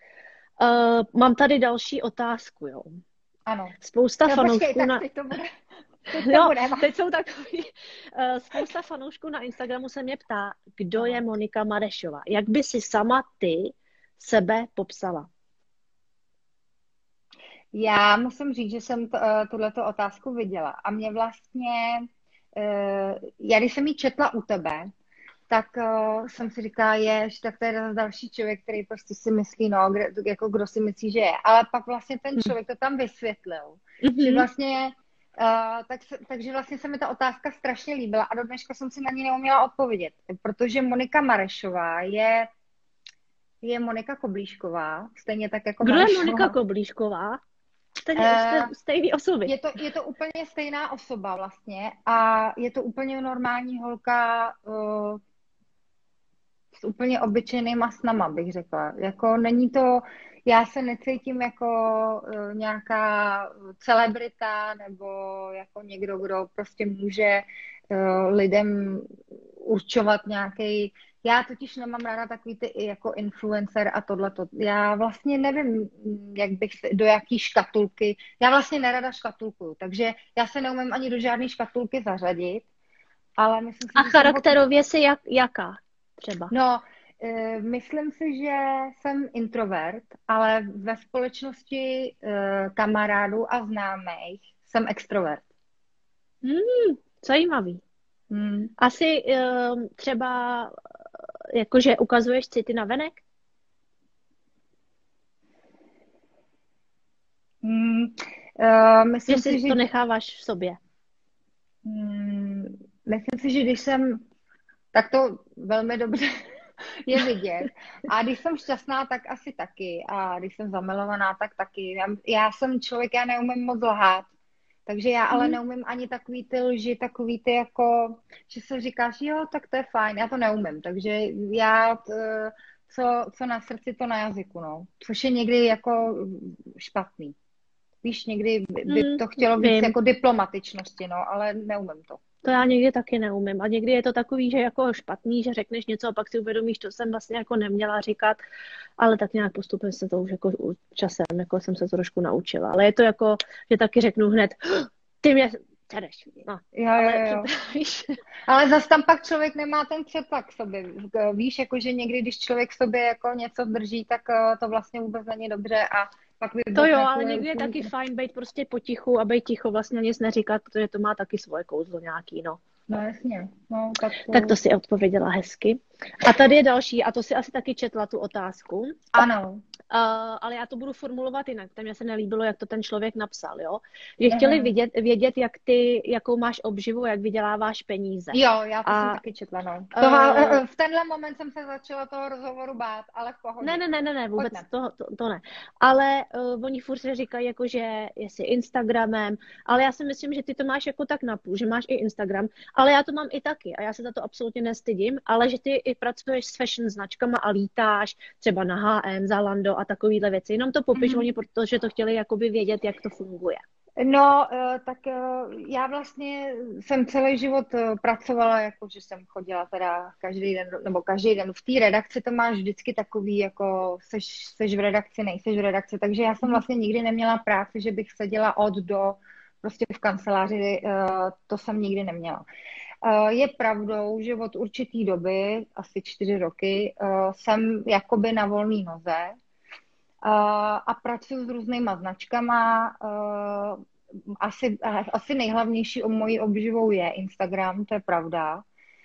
Mám tady další otázku, jo. Ano. Spousta fanoušků počkej, na... Teď to bude. Teď jsou takový... Spousta fanoušků na Instagramu se mě ptá, kdo je Monika Marešová. Jak by si sama ty sebe popsala? Já musím říct, že jsem tuhleto otázku viděla a mě vlastně, já když jsem ji četla u tebe, tak jsem si říkala, tak to je další člověk, který prostě si myslí, no, kdo si myslí, že je. Ale pak vlastně ten člověk to tam vysvětlil, že vlastně, takže vlastně se mi ta otázka strašně líbila a do dneška jsem si na ní neuměla odpovědět, protože Monika Marešová je Monika Koblíšková, stejně tak jako Kdo Marešová. je Monika Koblíšková? Stejný osoby. Je to úplně stejná osoba vlastně a je to úplně normální holka s úplně obyčejnýma snama, bych řekla. Jako není to, já se necítím jako nějaká celebrita nebo jako někdo, kdo prostě může lidem určovat nějaký. Já totiž nemám ráda takový ty jako influencer a tohleto. Já vlastně nevím, do jaký škatulky. Já vlastně nerada škatulkuju, takže já se neumím ani do žádné škatulky zařadit. Ale myslím si, a charakterově si jaká třeba? No, myslím si, že jsem introvert, ale ve společnosti kamarádů a známých jsem extrovert. Zajímavý. Asi třeba jakože ukazuješ city na venek? Myslím že si že to necháváš v sobě. Myslím si, že když jsem, tak to velmi dobře je vidět. A když jsem šťastná, tak asi taky. A když jsem zamilovaná, tak taky. Já jsem člověk, já neumím moc lhát. Takže já ale neumím ani takový ty lži, takový ty jako, že se říkáš, jo, tak to je fajn. Já to neumím. Takže já, co na srdci, to na jazyku, no. Což je někdy jako špatný. Víš, někdy by to chtělo víc Vím. jako diplomatičnosti, no, ale neumím to. To já někdy taky neumím. A někdy je to takový, že jako špatný, že řekneš něco a pak si uvědomíš, to jsem vlastně jako neměla říkat, ale tak nějak postupem se to už jako časem, jako jsem se to trošku naučila. Ale je to jako, že taky řeknu hned, ty mě cereš. No, Jo. víš. Ale zase tam pak člověk nemá ten přetlak k sobě. Víš, jakože někdy, když člověk sobě jako něco drží, tak to vlastně vůbec není dobře a pak To jo, ale někdy je taky fajn být prostě potichu a být ticho, vlastně nic neříkat, protože to má taky svoje kouzlo nějaký, no. No jasně. No, Tak to si odpověděla hezky. A tady je další, a to si asi taky četla tu otázku. Ano. Ale já to budu formulovat jinak. Tam mě se nelíbilo, jak to ten člověk napsal, jo. Že chtěli vědět, jakou máš obživu, jak vyděláváš peníze. Jo, já to jsem taky četla, no. V tenhle moment jsem se začala toho rozhovoru bát, ale v pohodě. Ne, vůbec to ne. Ale oni furt se říkají, jako, že jestli Instagramem, ale já si myslím, že ty to máš jako tak napůl, že máš i Instagram, ale já to mám i taky a já se za to absolutně nestydím, ale že ty i pracuješ s fashion značkama a lítáš třeba na H&M, Zalando a takovýhle věci. Jenom to popiš oni, protože to chtěli jakoby vědět, jak to funguje. No, tak já vlastně jsem celý život pracovala, jako že jsem chodila teda každý den v té redakci, to máš vždycky takový, jako seš v redakci, nejseš v redakci, takže já jsem vlastně nikdy neměla práci, že bych seděla od do prostě v kanceláři, to jsem nikdy neměla. Je pravdou, že od určitý doby, asi 4 roky, jsem jakoby na volné noze, a pracuji s různýma značkama. Asi nejhlavnější mojí obživou je Instagram, to je pravda.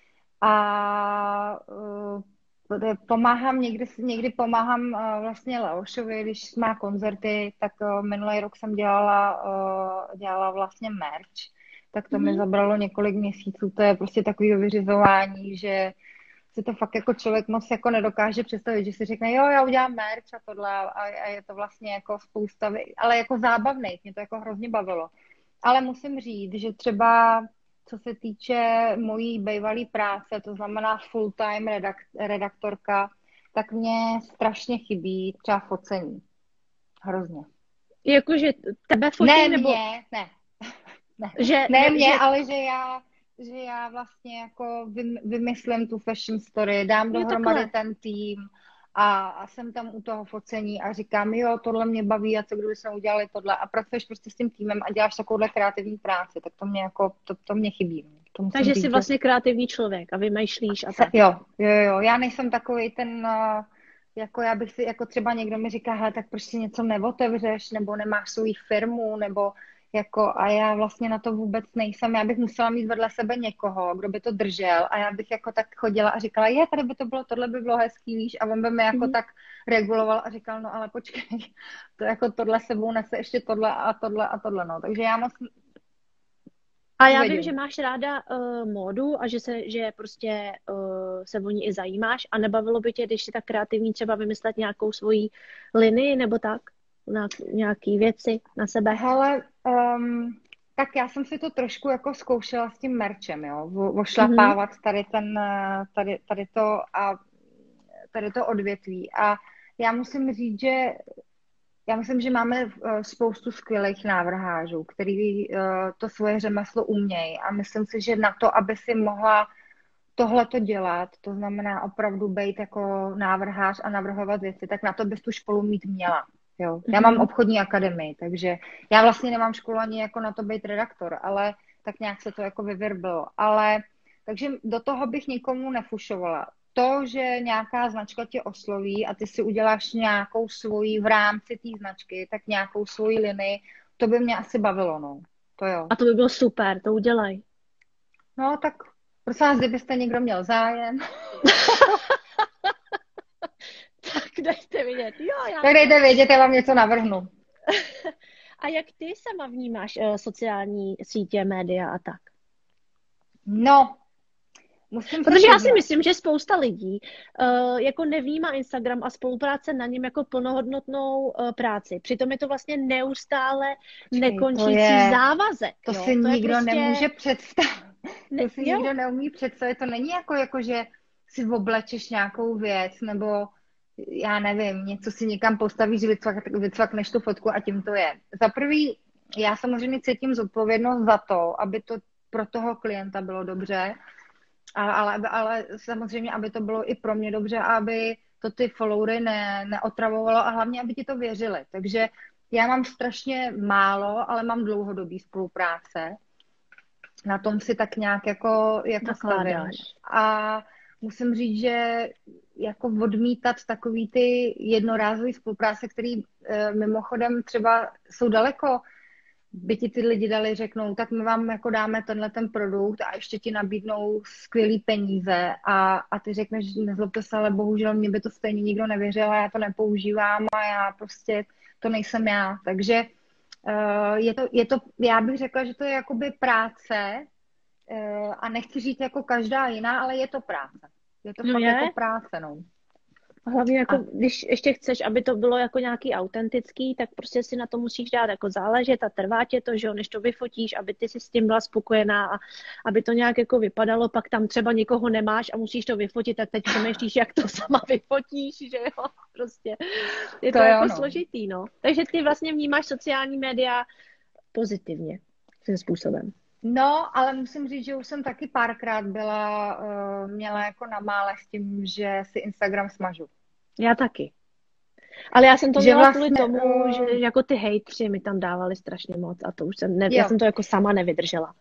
A pomáhám někdy pomáhám vlastně Leošovi, když má koncerty, tak minulý rok jsem dělala vlastně merch, tak to mi zabralo několik měsíců, to je prostě takový vyřizování, že si to fakt jako člověk moc jako nedokáže představit, že si řekne, jo, já udělám merch a tohle a je to vlastně jako spousta, ale jako zábavnej, mě to jako hrozně bavilo. Ale musím říct, že třeba co se týče mojí bývalé práce, to znamená full-time redaktorka, tak mě strašně chybí třeba focení. Hrozně. Jakože tebe fotí nebo... Ne. Ale že já vlastně jako vymyslím tu fashion story, dám dohromady ten tým a jsem tam u toho focení a říkám, jo, tohle mě baví a co kdyby jsme udělali tohle a pracuješ prostě s tím týmem a děláš takovouhle kreativní práci, tak to mě jako, to mě chybí. Takže jsi vlastně kreativní člověk a vymýšlíš a tak. Jo, já nejsem takový ten, jako já bych si, jako třeba někdo mi říká, hele, tak proč si něco neotevřeš, nebo nemáš svou firmu, nebo jako, a já vlastně na to vůbec nejsem. Já bych musela mít vedle sebe někoho, kdo by to držel a já bych jako tak chodila a říkala, tady by to bylo, tohle by bylo hezký, víš, a on by mi jako tak reguloval a říkal, no ale počkej, to jako tohle sebou nese ještě tohle a tohle, no. Takže já moc... A já vím, že máš ráda módu a že prostě se o ní i zajímáš a nebavilo by tě, když jsi tak kreativní, třeba vymyslet nějakou svoji linii nebo tak? Nějaký věci na sebe? Hele, tak já jsem si to trošku jako zkoušela s tím merčem, jo, ošlapávat tady to odvětví a já musím říct, že já myslím, že máme spoustu skvělých návrhářů, který to svoje řemeslo umějí a myslím si, že na to, aby si mohla tohleto dělat, to znamená opravdu být jako návrhář a navrhovat věci, tak na to bys tu školu mít měla. Jo. Já mám obchodní akademii, takže já vlastně nemám školu ani jako na to být redaktor, ale tak nějak se to jako vyvirbilo. Takže do toho bych nikomu nefušovala. To, že nějaká značka tě osloví a ty si uděláš nějakou svoji v rámci té značky, tak nějakou svoji linii, to by mě asi bavilo, no. To jo. A to by bylo super, to udělej. No, tak prosím vás, kdybyste někdo měl zájem. Tak dejte vědět. Tak dejte vědět, já vám něco navrhnu. A jak ty sama vnímáš sociální sítě, média a tak? No, protože já si myslím, že spousta lidí jako nevnímá Instagram a spolupráce na něm jako plnohodnotnou práci. Přitom je to vlastně neustále nekončící závazek. To si nikdo nemůže představit. To si nikdo neumí představit. To není jako že si oblečeš nějakou věc, nebo já nevím, něco si někam postavíš, vycvakneš tu fotku a tím to je. Za prvý, já samozřejmě cítím zodpovědnost za to, aby to pro toho klienta bylo dobře, ale samozřejmě, aby to bylo i pro mě dobře, aby to ty followery neotravovalo a hlavně, aby ti to věřili. Takže já mám strašně málo, ale mám dlouhodobý spolupráce. Na tom si tak nějak jako stavím. A musím říct, že jako odmítat takový ty jednorázové spolupráce, které mimochodem třeba jsou daleko, by ti ty lidi dali, řeknou, tak my vám jako dáme ten produkt a ještě ti nabídnou skvělý peníze a ty řekneš, nezlobte se, ale bohužel mě by to stejně nikdo nevěřil a já to nepoužívám a já prostě to nejsem já. Takže já bych řekla, že to je jakoby práce a nechci říct jako každá jiná, ale je to práce. Je to fakt jako práce, no. A hlavně jako, když ještě chceš, aby to bylo jako nějaký autentický, tak prostě si na to musíš dát jako záležet a trvá tě to, že jo, než to vyfotíš, aby ty si s tím byla spokojená a aby to nějak jako vypadalo, pak tam třeba někoho nemáš a musíš to vyfotit, tak teď přemýšlíš, jak to sama vyfotíš, že jo, prostě. Je to jako složitý, no. Takže ty vlastně vnímáš sociální média pozitivně, tím způsobem. No, ale musím říct, že už jsem taky párkrát měla jako na mále s tím, že si Instagram smažu. Já taky. Ale já jsem to měla kvůli tomu, že jako ty hejtři mi tam dávali strašně moc a to už já jsem to jako sama nevydržela.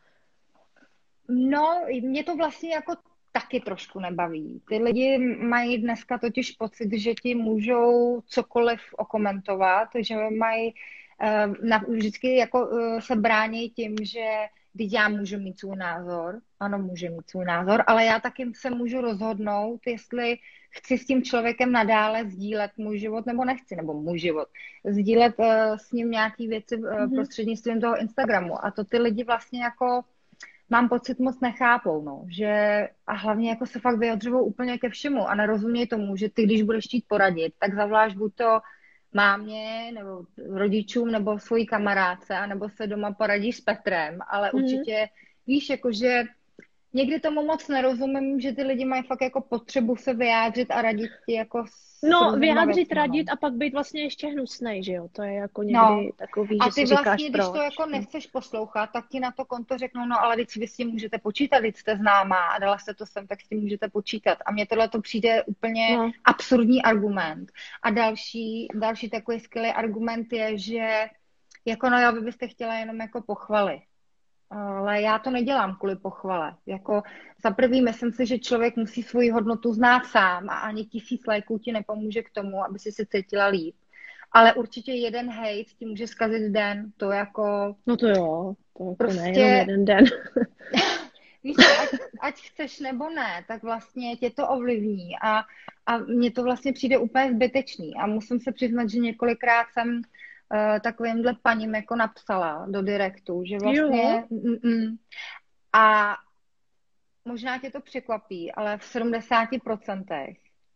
No, mě to vlastně jako taky trošku nebaví. Ty lidi mají dneska totiž pocit, že ti můžou cokoliv okomentovat, že mají vždycky jako se brání tím, že když já můžu mít svůj názor, ano, můžu mít svůj názor, ale já taky se můžu rozhodnout, jestli chci s tím člověkem nadále sdílet můj život, nebo nechci, nebo můj život. Sdílet s ním nějaký věci prostřednictvím toho Instagramu. A to ty lidi vlastně jako, mám pocit, moc nechápou, no. Že, a hlavně jako se fakt vyjadřují úplně ke všemu a nerozumějí tomu, že ty, když budeš chtít poradit, tak zavláš buď to mámě, nebo rodičům, nebo svojí kamarádce, anebo se doma poradíš s Petrem, ale určitě víš, jakože někdy tomu moc nerozumím, že ty lidi mají fakt jako potřebu se vyjádřit a radit ti jako vyjádřit, radit a pak být vlastně ještě hnusnej, že jo? To je jako někdy takový, že si říkáš vlastně, když to jako nechceš poslouchat, tak ti na to konto řeknou, no ale vy s tím můžete počítat, když jste známá a dala jste to sem, tak s tím můžete počítat. A mně tohle to přijde úplně absurdní argument. A další takový skvělý argument je, že jako no jo, vy byste chtěla jenom jako pochvaly. Ale já to nedělám kvůli pochvale. Jako za prvý, myslím si, že člověk musí svoji hodnotu znát sám a ani 1000 lajků ti nepomůže k tomu, aby si se cítila líp. Ale určitě jeden hejt ti může zkazit den. To jako... No to jo, to jako prostě... nejenom jeden den. Víš, ať chceš nebo ne, tak vlastně tě to ovlivní a mně to vlastně přijde úplně zbytečný. A musím se přiznat, že několikrát jsem takovýmhle paním jako napsala do direktu, že vlastně a možná tě to překvapí, ale v 70%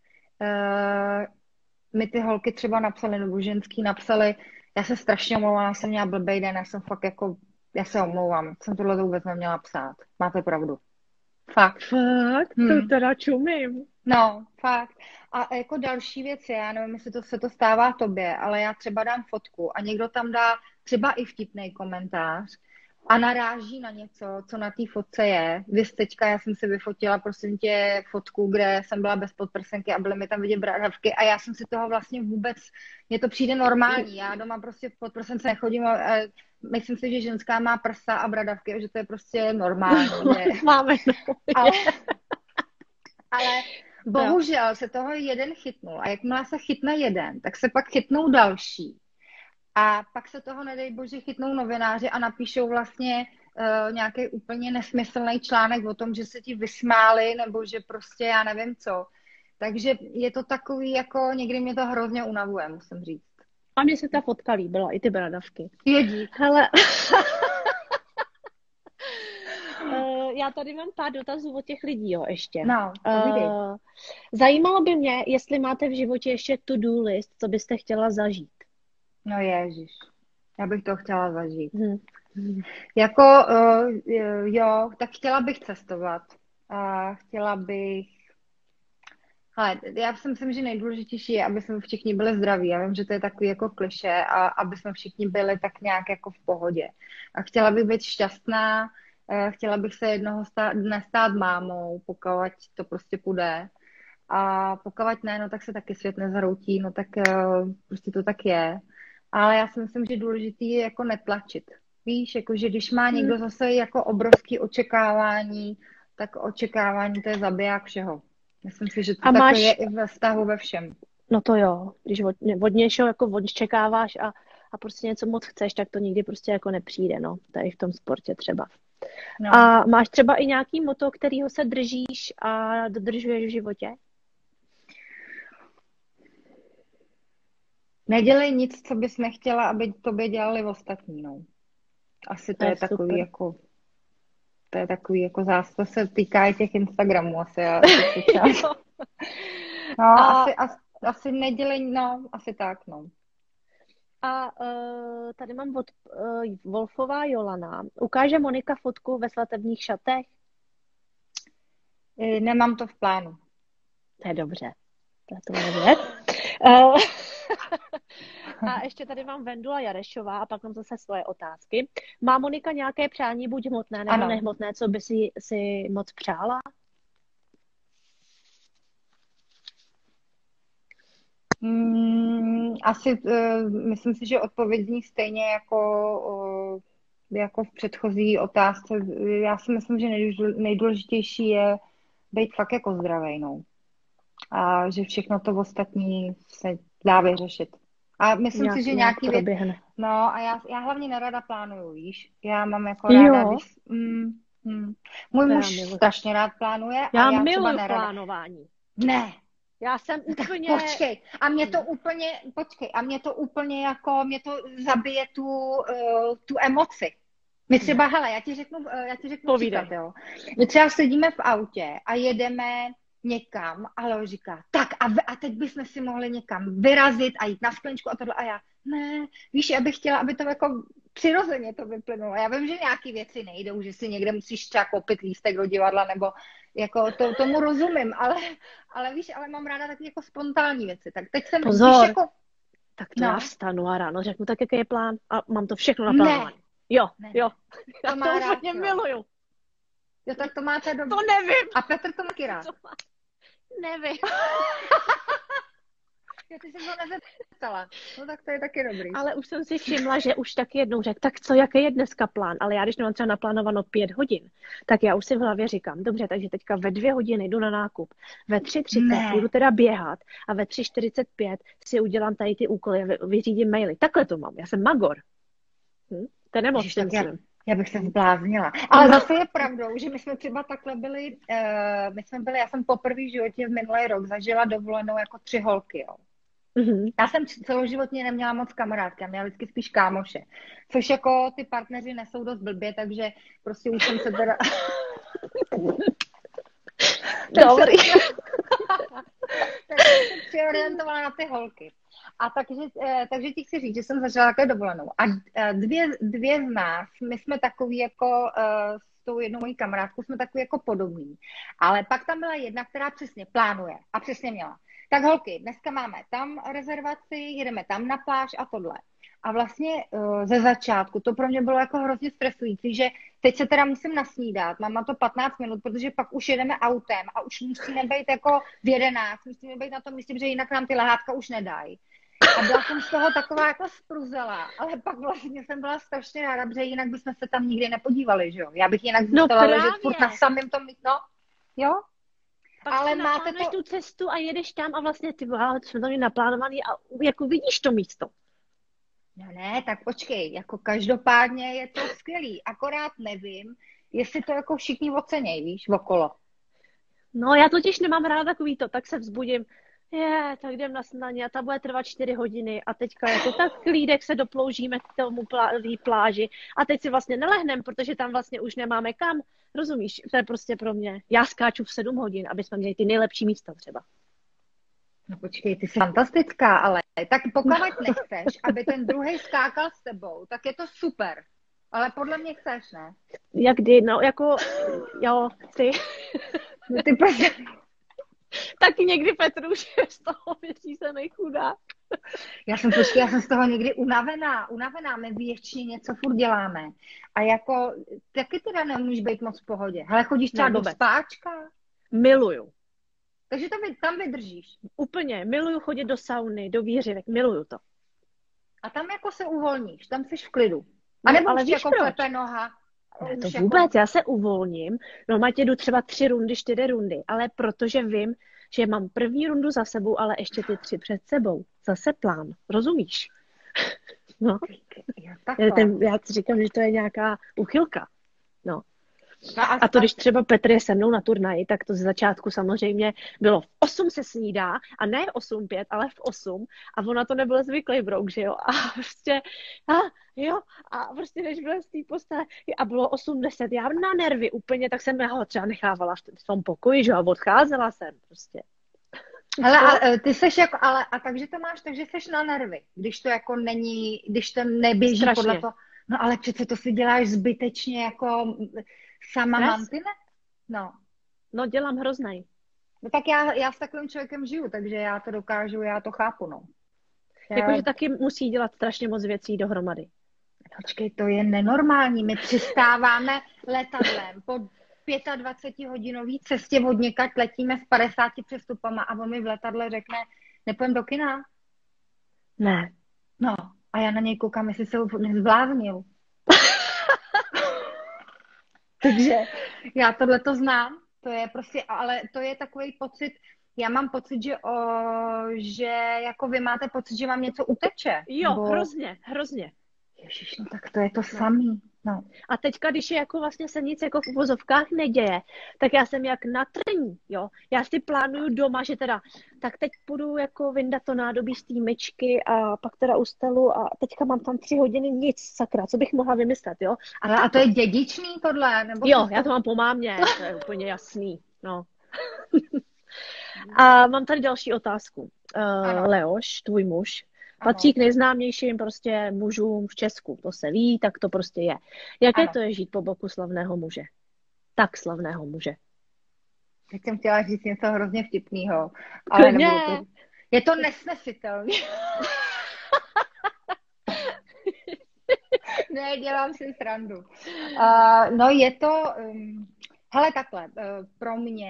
mi ty holky třeba napsaly, nebo ženský napsaly, já se strašně omlouvám, já jsem měla blbej den, já se omlouvám, jsem tohle vůbec neměla psát. Máte pravdu. Fakt? To teda čumím. No, fakt. A jako další věc je, já nevím, jestli se to stává tobě, ale já třeba dám fotku a někdo tam dá třeba i vtipný komentář a naráží na něco, co na té fotce je. Víš, teďka já jsem si vyfotila, prosím tě, fotku, kde jsem byla bez podprsenky a byly mi tam vidět bradavky a já jsem si toho vlastně vůbec, mně to přijde normální. Já doma prostě v podprsence nechodím a myslím si, že ženská má prsa a bradavky a že to je prostě normální. Máme. Ale bohužel se toho jeden chytnul a jakmile se chytne jeden, tak se pak chytnou další. A pak se toho, nedej bože, chytnou novináři a napíšou vlastně nějaký úplně nesmyslný článek o tom, že se ti vysmáli nebo že prostě já nevím co. Takže je to takový, jako někdy mě to hrozně unavuje, musím říct. A mně se ta fotka líbila, i ty bradavky. Jedí. Hele... Já tady mám pár dotazů od těch lidí, jo, ještě. No, zajímalo by mě, jestli máte v životě ještě to-do list, co byste chtěla zažít. No ježiš, já bych to chtěla zažít. Jako, tak chtěla bych cestovat. Chtěla Ale já si myslím, že nejdůležitější je, aby jsme všichni byli zdraví. Já vím, že to je takový jako klišé a aby jsme všichni byli tak nějak jako v pohodě. A chtěla bych být šťastná, chtěla bych se jednoho dne stát mámou, pokud to prostě půjde. A pokud ne, no tak se taky svět nezhroutí, no tak prostě to tak je. Ale já si myslím, že důležitý je jako netlačit. Víš, jako že když má někdo zase jako obrovský očekávání, tak očekávání to je zabiják všeho. Myslím si, že to takhle je i ve vztahu ve všem. No to jo, když od něčeho jako očekáváš a prostě něco moc chceš, tak to nikdy prostě jako nepřijde, no, tady v tom sportě třeba. No. A máš třeba i nějaký motto, kterýho se držíš a dodržuješ v životě? Nedělej nic, co bys nechtěla, aby tobě dělali ostatní, no. Asi to je takový super. Jako... To je takový jako to se týká i těch Instagramů asi. No, asi nedělej, no, asi tak, no. A tady mám od Wolfová Jolana. Ukáže Monika fotku ve svatebních šatech? Nemám to v plánu. To je dobře. To je věc. A ještě tady mám Vendula Jarešová a pak mám zase svoje otázky. Má Monika nějaké přání, buď hmotné nebo nehmotné, co by si moc přála? Asi myslím si, že odpověď zní stejně jako v předchozí otázce. Já si myslím, že nejdůležitější je být fakt jako zdravej, no. A že všechno to ostatní se dá vyřešit. A myslím si, že nějaký věc... No a já hlavně nerada plánuju, víš? Já mám jako ráda, když... Můj muž strašně rád plánuje. Já miluji plánování. Ne. Já jsem úplně... Počkej. A mě to úplně jako... Mě to zabije tu emoci. My třeba, hele, já ti řeknu příklad, jo. My třeba sedíme v autě a jedeme někam, ale on říká, tak a teď bychom si mohli někam vyrazit a jít na skleničku a tohle. A já, ne, víš, já bych chtěla, aby to jako přirozeně to vyplynulo. Já vím, že nějaký věci nejdou, že si někde musíš třeba koupit lístek do divadla, nebo jako tomu rozumím, ale víš, ale mám ráda taky jako spontánní věci. Tak teď jsem... Pozor, jako... tak to já vstanu a ráno řeknu tak, jaký je plán a mám to všechno naplánované. Jo. Já to úplně miluju. Jo, tak to máte dobře. To nevím. A Petr to taky rád. Nevím. Já ty jsi to nezeptala. No tak to je taky dobrý. Ale už jsem si všimla, že už taky jednou řekl, tak co, jaký je dneska plán? Ale já, když mám třeba naplánováno 5 hodin, tak já už si v hlavě říkám, dobře, takže teďka ve 2 hodiny jdu na nákup, ve 3:30 budu teda běhat a ve 3:45 si udělám tady ty úkoly a vyřídím maily. Takhle to mám, já jsem magor. To je nemoc, si myslím. Já bych se zbláznila. Ale zase je pravdou, že my jsme třeba takhle byli, já jsem poprvé v životě v minulý rok zažila dovolenou jako 3 holky, jo. Mm-hmm. Já jsem celoživotně neměla moc kamarádky, já měla vždycky spíš kámoše. Což jako ty partneři nesou dost blbě, takže prostě už jsem se teda... Dobrý. Takže jsem se přiorientovala na ty holky. A takže ti chci říct, že jsem zažila také dovolenou. A dvě z nás, my jsme takový jako s tou jednou mojí kamarádkou, jsme takový jako podobný. Ale pak tam byla jedna, která přesně plánuje a přesně měla. Tak holky, dneska máme tam rezervaci, jedeme tam na pláž a tohle. A vlastně ze začátku to pro mě bylo jako hrozně stresující, že teď se teda musím nasnídat, mám na to 15 minut, protože pak už jedeme autem a už musíme být jako v 11, musíme být na tom místě, že jinak nám ty lehátka už nedají. A byla jsem z toho taková jako spruzela, ale pak vlastně jsem byla strašně ráda, protože jinak bychom se tam nikdy nepodívali, že jo? Já bych jinak zůstala ležet furt na samém tom místě, jo? Pak ale máte tu cestu a jedeš tam a vlastně ty jsme tam naplánovaný a jako vidíš to místo. No ne, tak počkej, jako každopádně je to skvělý, akorát nevím, jestli to jako všichni ocenějí, víš, okolo. No já totiž nemám ráda takový to, tak se vzbudím, tak jdem na snídaní a ta bude trvat 4 hodiny a teďka jako tak klídek se doploužíme k tomu pláži a teď si vlastně nelehneme, protože tam vlastně už nemáme kam, rozumíš, to je prostě pro mě, já skáču v 7 hodin, aby jsme měli ty nejlepší místa třeba. No počkej, ty jsi fantastická, ale tak pokud nechceš, aby ten druhej skákal s tebou, tak je to super. Ale podle mě chceš, ne? Jak kdy, no jako, jo, ty. Ty prostě... taky někdy Petruš je z toho vyřízený chudák. Já jsem z toho někdy unavená, my věčně něco furt děláme. A jako, taky teda nemůžeš být moc v pohodě. Hele, chodíš třeba do spáčka? Miluju. Takže tam vydržíš. Úplně, miluju chodit do sauny, do výřivek, miluju to. A tam jako se uvolníš, tam jsi v klidu. A nebo ale už jako klepe noha. Ne, to vůbec, já se uvolním, no Matě jdu třeba 3 rundy, 4 rundy, ale protože vím, že mám první rundu za sebou, ale ještě ty 3 před sebou. Zase plán, rozumíš? No. Já si říkám, že to je nějaká uchylka. No. A to, když třeba Petr je se mnou na turnaji, tak to ze začátku samozřejmě bylo v 8 se snídá a ne 8:05, ale v 8 a ona to nebyla zvyklý brouk, že jo? A prostě, a prostě než byla z té postele a bylo 8:10, já na nervy úplně, tak jsem ho třeba nechávala v tom pokoji, že jo, a odcházela jsem prostě. Hele, a ty seš jako, a takže to máš, takže seš na nervy, když to jako není, když to neběží strašně podle toho. No ale přece to si děláš zbytečně jako sama manty, ne? No dělám hroznej. No tak já s takovým člověkem žiju, takže já to dokážu, já to chápu, no. Jakože taky musí dělat strašně moc věcí dohromady. Počkej, to je nenormální, my přistáváme letadlem po 25-hodinové cestě od někaď, letíme s 50 přestupama a on mi v letadle řekne, nepůjdem do kina? Ne. No, a já na něj koukám, jestli se ho nezbláznil. Takže já tohleto znám, to je prostě, ale to je takový pocit, já mám pocit, že jako vy máte pocit, že vám něco uteče. Jo, nebo... hrozně. Ježiš, no tak to je to samý. No. A teďka, když je jako vlastně se nic jako v uvozovkách neděje, tak já jsem jak na trní, jo. Já si plánuju doma, že teda, tak teď půjdu jako vyndat to nádobí z té myčky a pak teda ustalu a teďka mám tam 3 hodiny nic, sakra, co bych mohla vymyslet, jo. A to je dědičný tohle? Nebo jo, já to mám po mámě, to je úplně jasný, no. A mám tady další otázku. Leoš, tvůj muž, patří k nejznámějším prostě mužům v Česku. To se ví, tak to prostě je. Jaké to je žít po boku slavného muže? Tak slavného muže. Teď jsem chtěla říct něco hrozně vtipného, ale nebudu to. Je to nesnesitelné. Ne, dělám si srandu. No je to, hele takhle, pro mě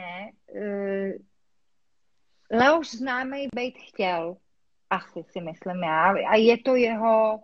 Leoš známej být chtěl, asi si myslím já, a je to jeho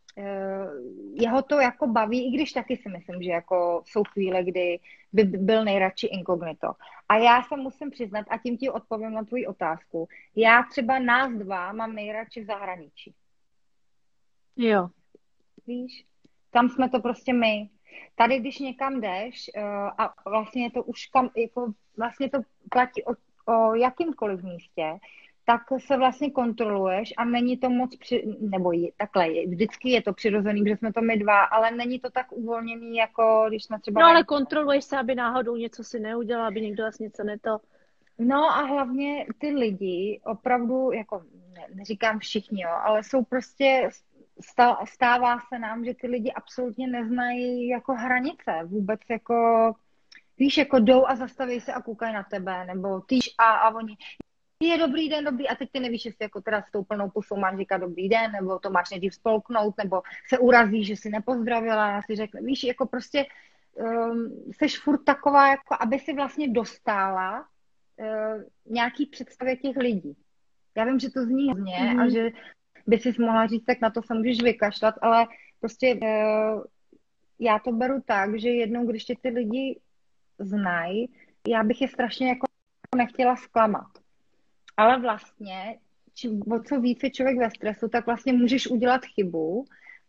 to jako baví, i když taky si myslím, že jako jsou chvíle, kdy by byl nejradši inkognito. A já se musím přiznat, a tím ti odpovím na tvoji otázku, já třeba nás dva mám nejradši v zahraničí. Jo. Víš? Tam jsme to prostě my. Tady, když někam jdeš, a vlastně to už jako vlastně to platí o jakýmkoliv místě, tak se vlastně kontroluješ a není to moc, takhle, vždycky je to přirozený, protože jsme to my dva, ale není to tak uvolněný, jako když jsme třeba... No ale kontroluješ se, aby náhodou něco si neudělal, aby někdo asi něco neto... No a hlavně ty lidi opravdu, jako neříkám všichni, jo, ale jsou prostě, stává se nám, že ty lidi absolutně neznají jako hranice, vůbec jako, víš, jako jdou a zastaví se a koukají na tebe, nebo týž a oni... Je dobrý den, dobrý, a teď ty nevíš, jestli jako teda s tou plnou pusou máš říkat dobrý den, nebo to máš nejdřív spolknout, nebo se urazí, že si nepozdravila, a si řekne, víš, jako prostě seš furt taková, jako aby si vlastně dostala nějaký představě těch lidí. Já vím, že to zní hodně a že by si mohla říct, tak na to se můžeš vykašlat, ale prostě já to beru tak, že jednou, když tě ty lidi znají, já bych je strašně jako nechtěla zklamat. Ale vlastně, o co víc je člověk ve stresu, tak vlastně můžeš udělat chybu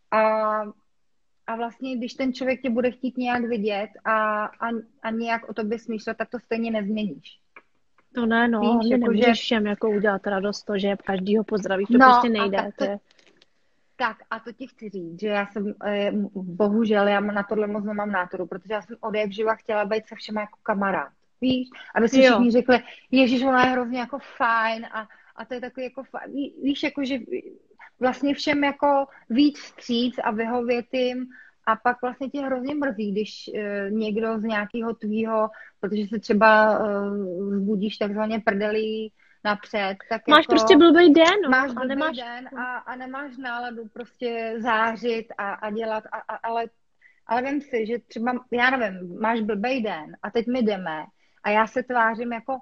a vlastně, když ten člověk tě bude chtít nějak vidět a nějak o tobě smýšlet, tak to stejně nezměníš. To ne, no, víš, jako nemůžeš všem jako udělat radost to, že každýho pozdravíš, to prostě nejde. Tak a to ti chci říct, že já jsem, bohužel, já na tohle moc nemám nátoru, protože já jsem odjakživa chtěla být se všema jako kamarád. Víš, aby si všichni řekli, ježiš, ona je hrozně jako fajn a to je takový jako fajn. Víš, jako že vlastně všem jako víc vstříc a vyhovět jim a pak vlastně tě hrozně mrzí, když někdo z nějakého tvýho, protože se třeba zbudíš takzvaně prdelí napřed, tak Máš jako prostě blbý den, no, máš a blbý nemáš... den a nemáš náladu prostě zářit a dělat, ale vem si, že třeba, já nevím, máš blbý den a teď my jdeme a já se tvářím jako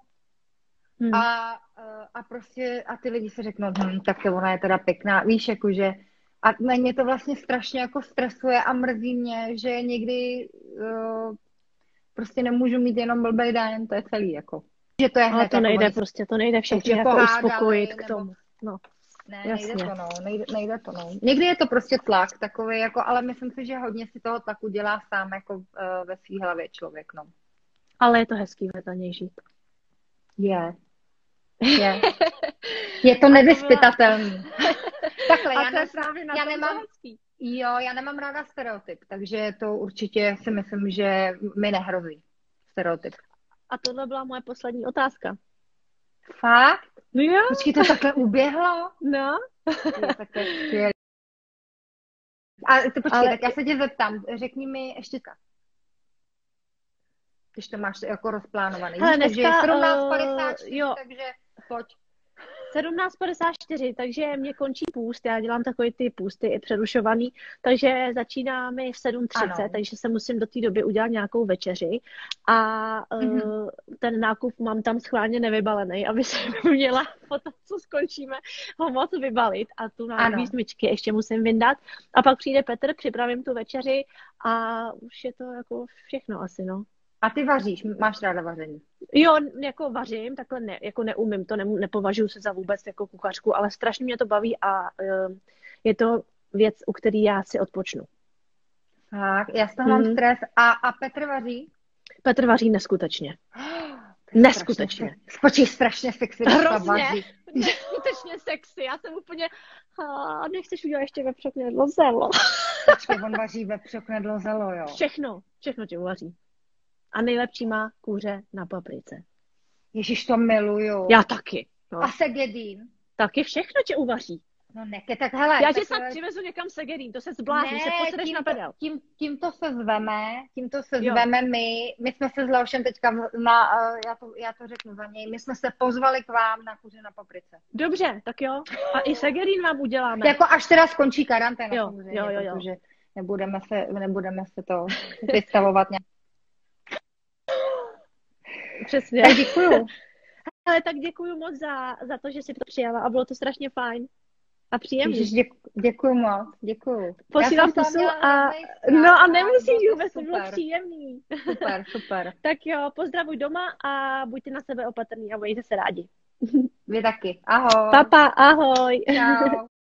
a prostě a ty lidi si řeknou, tak to ona je teda pěkná, víš, jakože a mě to vlastně strašně jako stresuje a mrzí mě, že někdy prostě nemůžu mít jenom blbý den, to je celý, jako. Že to je ale to jako nejde prostě, to nejde všechny jako uspokojit k tomu. No. Ne, jasně. nejde to, no. Někdy je to prostě tlak takový, jako, ale myslím si, že hodně si toho tlaku dělá sám jako ve svý hlavě člověk, no. Ale je to hezký ve Taně žít. Je. Je to nevyzpytatelný. Takhle, já nemám ráda stereotyp, takže to určitě si myslím, že mi nehrozí stereotyp. A tohle byla moje poslední otázka. Fakt? No jo. Počkej, to takhle uběhlo? No. Je, tak to je skvělý. A ty počkej, tak já se tě zeptám, řekni mi ještě tak. Když to máš jako rozplánovaný. Hele, takže dneska, 17:54, takže pojď. 17:54, takže mě končí půst, já dělám takový ty půsty i přerušovaný, takže začínáme v 7:30, takže se musím do té doby udělat nějakou večeři a ten nákup mám tam schválně nevybalený, aby se měla po tom, co skončíme, ho moc vybalit a tu národní smyčky ještě musím vyndat a pak přijde Petr, připravím tu večeři a už je to jako všechno asi, no. A ty vaříš, máš ráda vaření? Jo, jako vařím, takhle ne, jako neumím to, nepovažuji se za vůbec jako kuchařku, ale strašně mě to baví a je to věc, u který já si odpočnu. Tak, já z toho mám stres. A Petr vaří? Petr vaří neskutečně. Neskutečně. Spočí strašně sexy. Hrozně. Neskutečně sexy. Já jsem úplně, nechceš udělat ještě vepřoknedlo zelo. Počkej, on vaří vepřoknedlo zelo, jo. Všechno ti uvaří. A nejlepší má kůře na paprice. Ježiš, to miluju. Já taky. No. A segedín? Taky všechno tě uvaří. No tak hele. Já tě snad přivezu někam segedín, to se zblázní, se posedeš na pedel. Tímto se zveme my jsme se s Leošem teďka, já to řeknu za něj, my jsme se pozvali k vám na kůře na paprice. Dobře, tak jo. A i segedín vám uděláme. Jako až teda skončí karanténa, samozřejmě, protože nebudeme se to vystavovat nějak. Přesně. Tak děkuju. Ale tak děkuju moc za to, že jsi to přijala a bylo to strašně fajn a příjemný. Děkuju moc, děkuju. Posílám pusu a nemusíš vůbec, to bylo příjemný. Super. Tak jo, pozdravuj doma a buďte na sebe opatrný a mějte se rádi. Vy taky. Ahoj. Papa, ahoj. Čau.